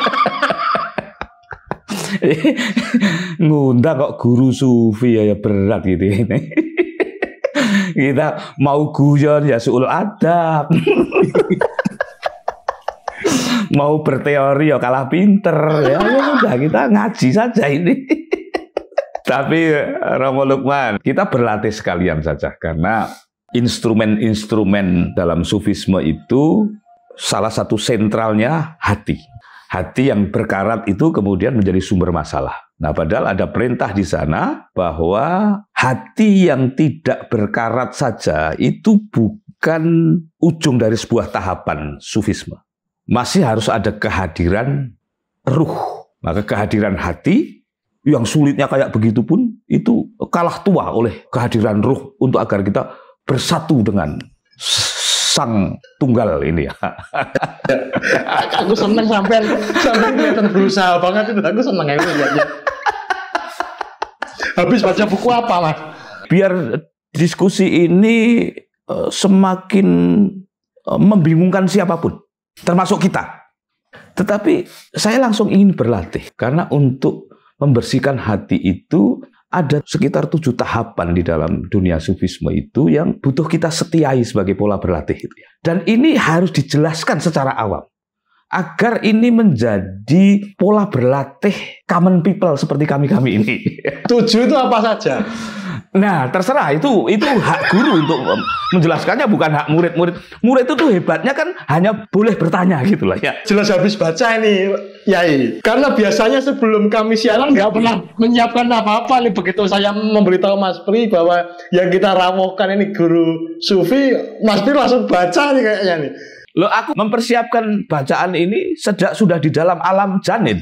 Ngundang kok guru sufi ya, ya berat gitu ini. Kita mau guyon ya suul adab. Mau berteori ya kalah pinter ya, ya udah kita ngaji saja ini. Tapi Romo Lukman, kita berlatih sekalian saja karena instrumen-instrumen dalam sufisme itu salah satu sentralnya hati. Hati yang berkarat itu kemudian menjadi sumber masalah. Nah, padahal ada perintah di sana bahwa hati yang tidak berkarat saja itu bukan ujung dari sebuah tahapan sufisme. Masih harus ada kehadiran ruh. Maka kehadiran hati yang sulitnya kayak begitu pun itu kalah tua oleh kehadiran ruh untuk agar kita bersatu dengan sang tunggal ini ya. Aku seneng sampai sampai kelihatan berusaha banget itu. Aku seneng ya lihatnya. Habis baca buku apa, Mas? Biar diskusi ini uh, semakin uh, membingungkan siapapun, termasuk kita. Tetapi saya langsung ingin berlatih karena untuk membersihkan hati itu ada sekitar tujuh tahapan di dalam dunia sufisme itu yang butuh kita setiai sebagai pola berlatih itu ya. Dan ini harus dijelaskan secara awam agar ini menjadi pola berlatih common people seperti kami-kami ini. Tujuh itu apa saja? Nah, terserah itu itu hak guru untuk menjelaskannya, bukan hak murid-murid. Murid itu tuh hebatnya kan hanya boleh bertanya gitu lah ya. Jelas habis baca ini, Yai. Karena biasanya sebelum kami siaran nggak pernah menyiapkan apa-apa nih. Begitu saya memberitahu Mas Pri bahwa yang kita rawuhkan ini guru sufi, Mas Pri langsung baca nih kayaknya nih. Loh, aku mempersiapkan bacaan ini sejak sudah di dalam alam janin.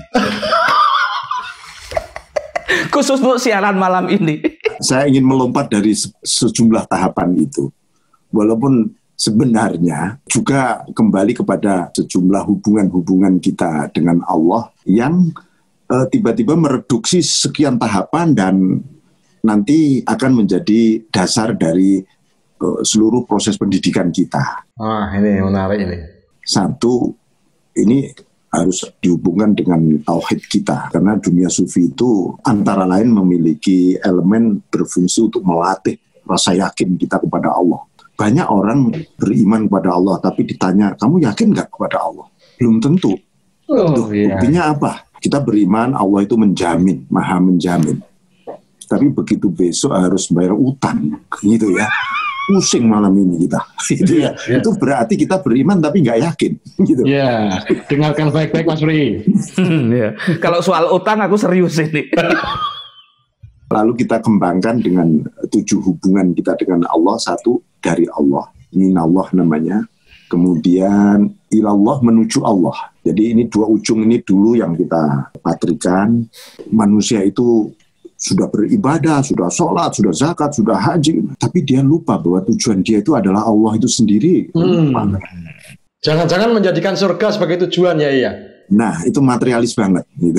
Khusus untuk siaran malam ini. Saya ingin melompat dari se sejumlah tahapan itu. Walaupun sebenarnya juga kembali kepada sejumlah hubungan-hubungan kita dengan Allah yang tiba-tiba uh, mereduksi sekian tahapan dan nanti akan menjadi dasar dari uh, seluruh proses pendidikan kita. Ah, ini menarik ini. Satu, ini harus dihubungkan dengan tauhid kita karena dunia sufi itu antara lain memiliki elemen berfungsi untuk melatih rasa yakin kita kepada Allah. Banyak orang beriman kepada Allah tapi ditanya, kamu yakin nggak kepada Allah? Belum tentu. Oh, Tuh, iya. Buktinya apa? Kita beriman Allah itu menjamin, maha menjamin. Tapi begitu besok harus bayar utang, gitu ya. Pusing malam ini kita, gitu ya. Yeah. Itu berarti kita beriman tapi nggak yakin, gitu. Ya, yeah. Dengarkan baik-baik Mas Pri. Hmm, ya. Kalau soal utang aku serius ini. Lalu kita kembangkan dengan tujuh hubungan kita dengan Allah. Satu dari Allah, minallah namanya. Kemudian ilallah, menuju Allah. Jadi ini dua ujung ini dulu yang kita patrikan. Manusia itu sudah beribadah, sudah sholat, sudah zakat, sudah haji, tapi dia lupa bahwa tujuan dia itu adalah Allah itu sendiri. Hmm. Jangan-jangan menjadikan surga sebagai tujuan ya, iya. Nah, itu materialis banget, gitu.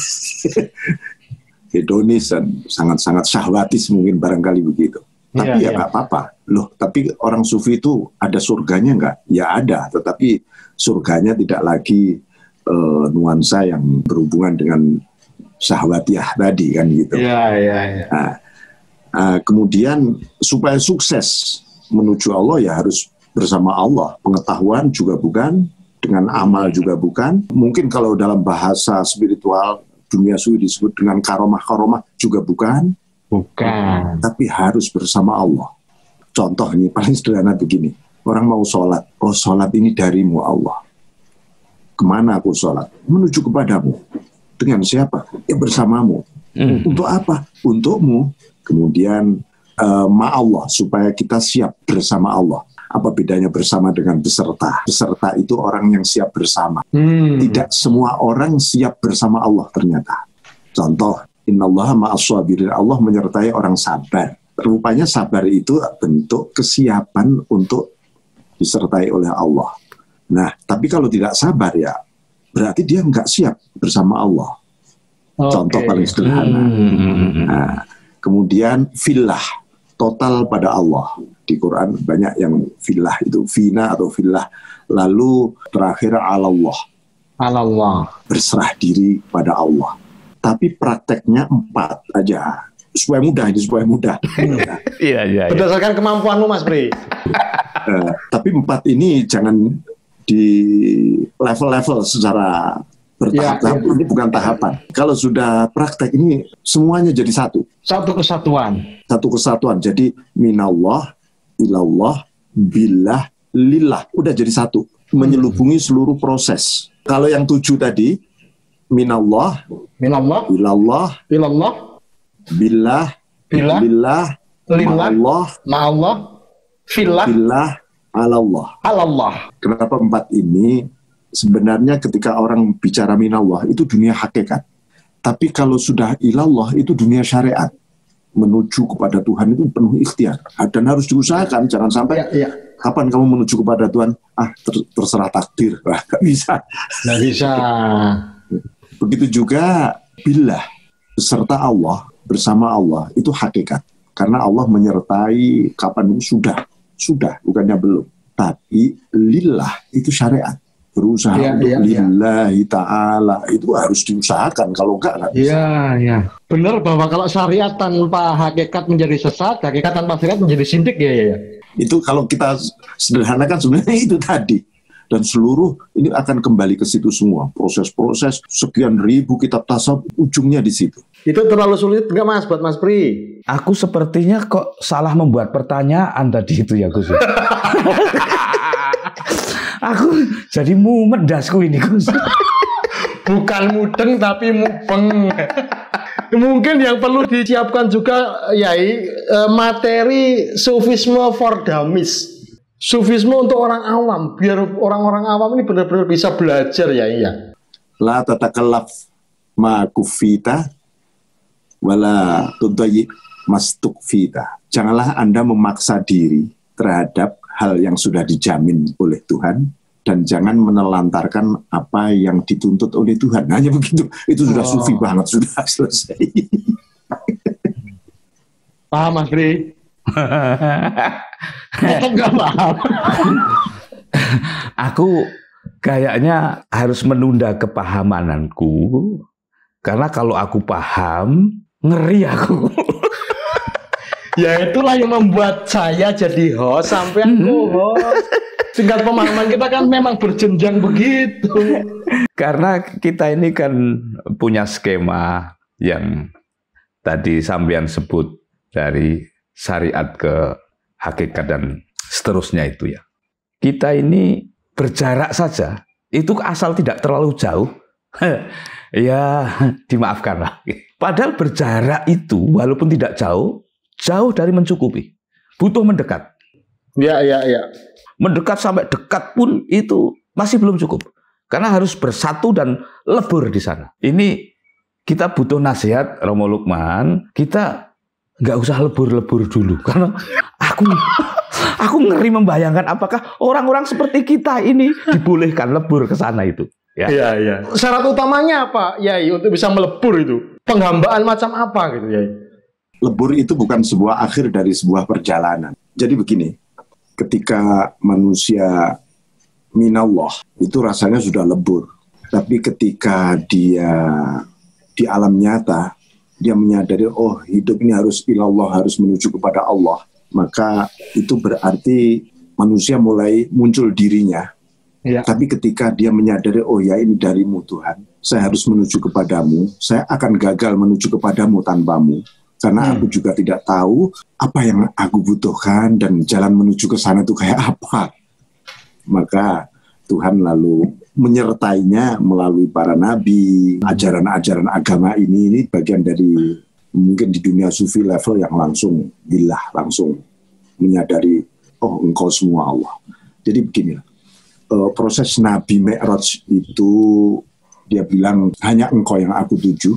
Hedonis dan sangat-sangat syahwatis mungkin barangkali begitu. Tapi ya nggak ya. apa-apa. Loh, tapi orang sufi itu ada surganya nggak? Ya ada, tetapi surganya tidak lagi uh, nuansa yang berhubungan dengan syahwatiyah tadi kan gitu. Iya, iya, iya. Nah, uh, kemudian supaya sukses menuju Allah ya harus bersama Allah. Pengetahuan juga bukan, dengan amal juga bukan. Mungkin kalau dalam bahasa spiritual dunia suwi disebut dengan karomah-karomah juga bukan. Bukan. Tapi harus bersama Allah. Contoh ini paling sederhana begini. Orang mau sholat. Oh, sholat ini darimu Allah. Kemana aku sholat? Menuju kepadamu. Dengan siapa? Ya bersamamu. Hmm. Untuk apa? Untukmu. Kemudian uh, ma Allah. Supaya kita siap bersama Allah. Apa bedanya bersama dengan beserta? Beserta itu orang yang siap bersama. Hmm. Tidak semua orang siap bersama Allah ternyata. Contoh, innallaha ma'as-sabirin. Allah menyertai orang sabar. Rupanya sabar itu bentuk kesiapan untuk disertai oleh Allah. Nah, tapi kalau tidak sabar ya, berarti dia nggak siap bersama Allah. Okay. Contoh paling sederhana. Nah, kemudian fillah, total pada Allah. Di Quran banyak yang fillah itu, fina atau fillah. Lalu terakhir alallah. Alallah. Berserah diri pada Allah. Tapi prakteknya empat aja. Supaya mudah, ini supaya mudah. Iya, iya. Berdasarkan kemampuanmu, Mas Pri. uh, tapi empat ini jangan di level-level secara bertahap. Ya, ya. Ini bukan tahapan. Kalau sudah praktek ini semuanya jadi satu. Satu kesatuan. Satu kesatuan. Jadi minallah, ilallah, billah, lillah. Udah jadi satu. Menyelubungi seluruh proses. Kalau yang tujuh tadi, minallah, minallah, ilallah, ilallah, billah, billah, billah, ma'allah, ma'allah, fillah, billah, alallah. Alallah. Kenapa empat ini? Sebenarnya ketika orang bicara minallah itu dunia hakikat. Tapi kalau sudah ilallah itu dunia syariat. Menuju kepada Tuhan itu penuh ikhtiar. Dan harus diusahakan. Jangan sampai ya, ya. Kapan kamu menuju kepada Tuhan? Ah ter- terserah takdir. Nah, gak bisa. Gak bisa. Begitu juga billah. Beserta Allah, bersama Allah. Itu hakikat. Karena Allah menyertai kapan sudah. Sudah, bukannya belum. Tapi lillah itu syariat. Berusaha ya, untuk ya, lillahi ya. Ta'ala itu harus diusahakan, kalau enggak enggak bisa. Iya, iya. Benar bahwa kalau syariat tanpa hakikat menjadi sesat, hakikat tanpa syariat menjadi sindik ya, ya, ya. Itu kalau kita sederhanakan sebenarnya itu tadi. Dan seluruh ini akan kembali ke situ semua. Proses-proses sekian ribu kitab tasawuf ujungnya di situ. Itu terlalu sulit enggak Mas buat Mas Pri? Aku sepertinya kok salah membuat pertanyaan tadi itu ya Gus. Aku jadi mumet dasku ini Gus. Bukan mudeng tapi mupeng. Mungkin yang perlu disiapkan juga Yai materi sufisme for dummies. Sufisme untuk orang awam, biar orang-orang awam ini benar-benar bisa belajar ya iya. La tatakallaf ma kufita wala tudayyi mastukfita. Janganlah Anda memaksa diri terhadap hal yang sudah dijamin oleh Tuhan dan jangan menelantarkan apa yang dituntut oleh Tuhan. Hanya begitu. Itu sudah oh. sufi banget, sudah selesai. Paham Mas Pri? Enggak paham. Aku kayaknya harus menunda kepahamananku karena kalau aku paham ngeri aku. Ya itulah yang membuat saya jadi host sampai aku host. Tingkat pemahaman kita kan memang berjenjang begitu. Karena kita ini kan punya skema yang tadi sampean sebut dari syariat ke hakikat dan seterusnya itu ya. Kita ini berjarak saja, itu asal tidak terlalu jauh, ya dimaafkanlah. Padahal berjarak itu walaupun tidak jauh, jauh dari mencukupi. Butuh mendekat. Ya, ya, ya. Mendekat sampai dekat pun itu masih belum cukup. Karena harus bersatu dan lebur di sana. Ini kita butuh nasihat Romo Lukman. Kita nggak usah lebur-lebur dulu. Karena aku aku ngeri membayangkan apakah orang-orang seperti kita ini dibolehkan lebur ke sana itu. Ya, iya, iya. Syarat utamanya apa, Yai, untuk bisa melebur itu? Penghambaan macam apa gitu, Yai? Lebur itu bukan sebuah akhir dari sebuah perjalanan. Jadi begini, ketika manusia minallah itu rasanya sudah lebur. Tapi ketika dia di alam nyata, dia menyadari, oh hidup ini harus ilallah, harus menuju kepada Allah. Maka itu berarti manusia mulai muncul dirinya. Ya. Tapi ketika dia menyadari, oh ya ini darimu Tuhan, saya harus menuju kepadamu, saya akan gagal menuju kepadamu tanpamu. Karena aku juga tidak tahu apa yang aku butuhkan dan jalan menuju ke sana itu kayak apa. Maka Tuhan lalu menyertainya melalui para nabi, ajaran-ajaran agama ini, ini bagian dari mungkin di dunia sufi level yang langsung billah, langsung menyadari, oh engkau semua Allah. Jadi beginilah, uh, proses Nabi Mi'raj itu dia bilang hanya engkau yang aku tuju,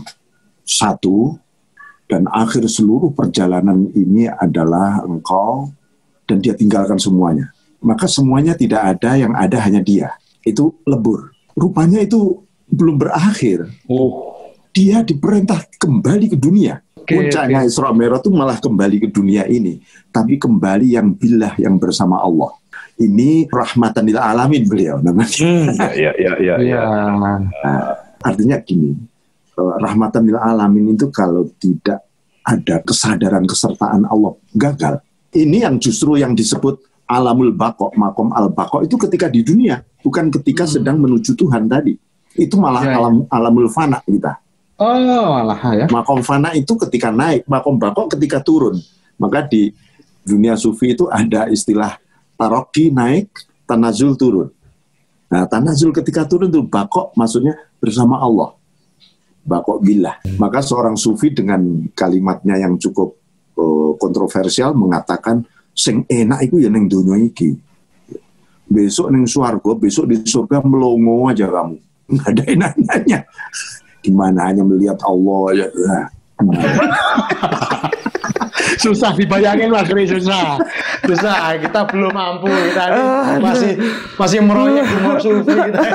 satu, dan akhir seluruh perjalanan ini adalah engkau, dan dia tinggalkan semuanya. Maka semuanya tidak ada, yang ada hanya dia. Itu lebur. Rupanya itu belum berakhir. Oh. Dia diperintah kembali ke dunia. Okay, Puncaknya okay. Isra Mi'raj itu malah kembali ke dunia ini. Tapi kembali yang billah, yang bersama Allah. Ini rahmatan lil alamin beliau namanya. Hmm, ya, ya, ya, ya. Ya. Nah, artinya gini, rahmatan lil alamin itu kalau tidak ada kesadaran kesertaan Allah, gagal. Ini yang justru yang disebut alamul baqo, makom al baqo itu ketika di dunia, bukan ketika sedang menuju Tuhan tadi. Itu malah Ya, ya. alam alamul fana kita. Oh, malah ya. Makom fana itu ketika naik, makom baqo ketika turun. Maka di dunia sufi itu ada istilah taroki naik, tanazul turun. Nah, tanazul ketika turun itu baqo, maksudnya bersama Allah. Baqo billah. Maka seorang sufi dengan kalimatnya yang cukup uh, kontroversial mengatakan sing enak itu ya ning donya iki. Besok ning swarga, besok di surga melongo aja kamu. Enggak ada enaknya. Gimana hanya melihat Allah ya. Susah dibayangin Mas Kri, susah. Susah, kita belum mampu kita ini masih masih meroyek umur sufi kita.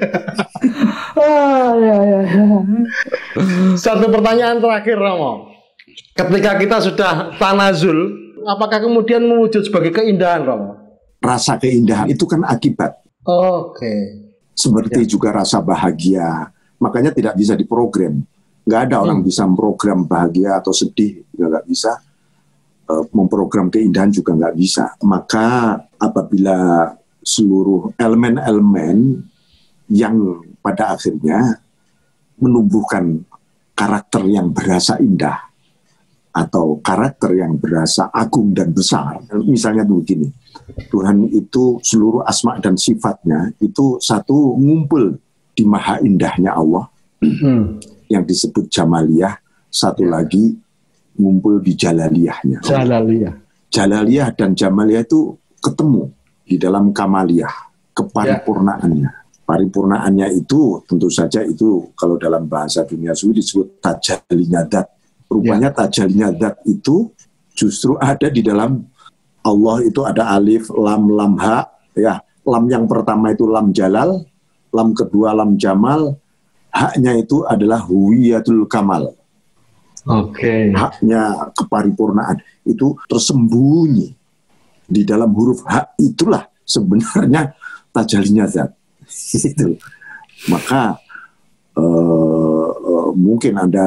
Ah, ya, ya, ya. Satu pertanyaan terakhir Romo. Ketika kita sudah tanazul, apakah kemudian mewujud sebagai keindahan Romo? Rasa keindahan itu kan akibat. Oke. Okay. Seperti ya. Juga rasa bahagia. Makanya tidak bisa diprogram. Nggak ada orang hmm. bisa memprogram bahagia atau sedih, juga nggak bisa. E, memprogram keindahan juga nggak bisa. Maka apabila seluruh elemen-elemen yang pada akhirnya menumbuhkan karakter yang berasa indah atau karakter yang berasa agung dan besar. Misalnya begini, Tuhan itu seluruh asma dan sifatnya itu satu ngumpul di maha indahnya Allah hmm. yang disebut Jamaliyah, satu lagi ngumpul di Jalaliyahnya. Jalaliyah. Jalaliyah dan Jamaliyah itu ketemu di dalam Kamaliyah, keparipurnaannya. Paripurnaannya itu tentu saja itu kalau dalam bahasa dunia sufi disebut tajalinya dat. Rupanya ya. Tajalinya dat itu justru ada di dalam Allah itu ada alif, lam, lam, ha. Ya, lam yang pertama itu lam jalal, lam kedua lam jamal, haknya itu adalah huwiyatul kamal. Oke. Okay. Haknya keparipurnaan itu tersembunyi di dalam huruf hak, itulah sebenarnya tajalinya zat. Itu. Maka uh, uh, mungkin Anda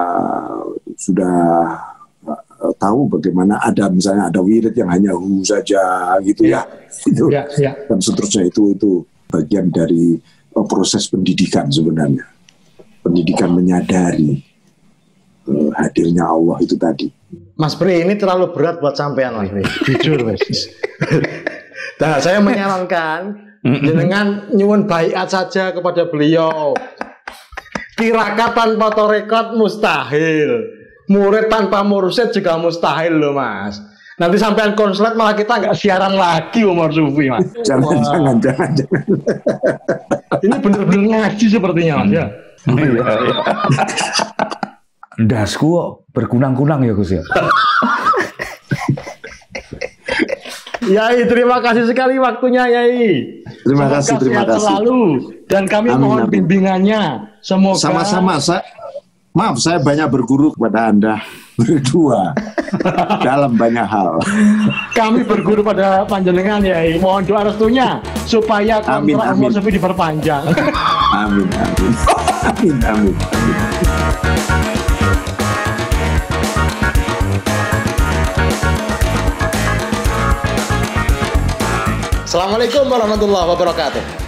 sudah uh, tahu bagaimana ada misalnya ada wirid yang hanya hu saja gitu ya, ya. Itu ya, ya. Dan seterusnya itu itu bagian dari uh, proses pendidikan sebenarnya. Pendidikan menyadari uh, hadirnya Allah itu tadi. Mas Pri, ini terlalu berat buat sampean Mas Pri. Jujur Mas. Nah, saya menyarankan dengan nyuwun baiat saja kepada beliau. Tirakat tanpa torekot mustahil. Murid tanpa mursyid juga mustahil loh Mas. Nanti sampean konslet malah kita nggak siaran lagi umur sufi Mas. Jangan, Wah. jangan, jangan, jangan. Ini benar-benar ngaji sepertinya Mas ya. Dasku berkunang-kunang ya Gus ya. Yai, terima kasih sekali waktunya Yai. Terima Semoga kasih, terima kasih. Selalu. Dan kami amin, mohon amin. bimbingannya. Semoga. Sama-sama. Saya, maaf, saya banyak berguru kepada Anda berdua dalam banyak hal. Kami berguru pada panjenengan Yai. Mohon doa restunya supaya kontrak umur sufi diperpanjang. Amin, amin, amin, amin. amin. Assalamualaikum warahmatullahi wabarakatuh.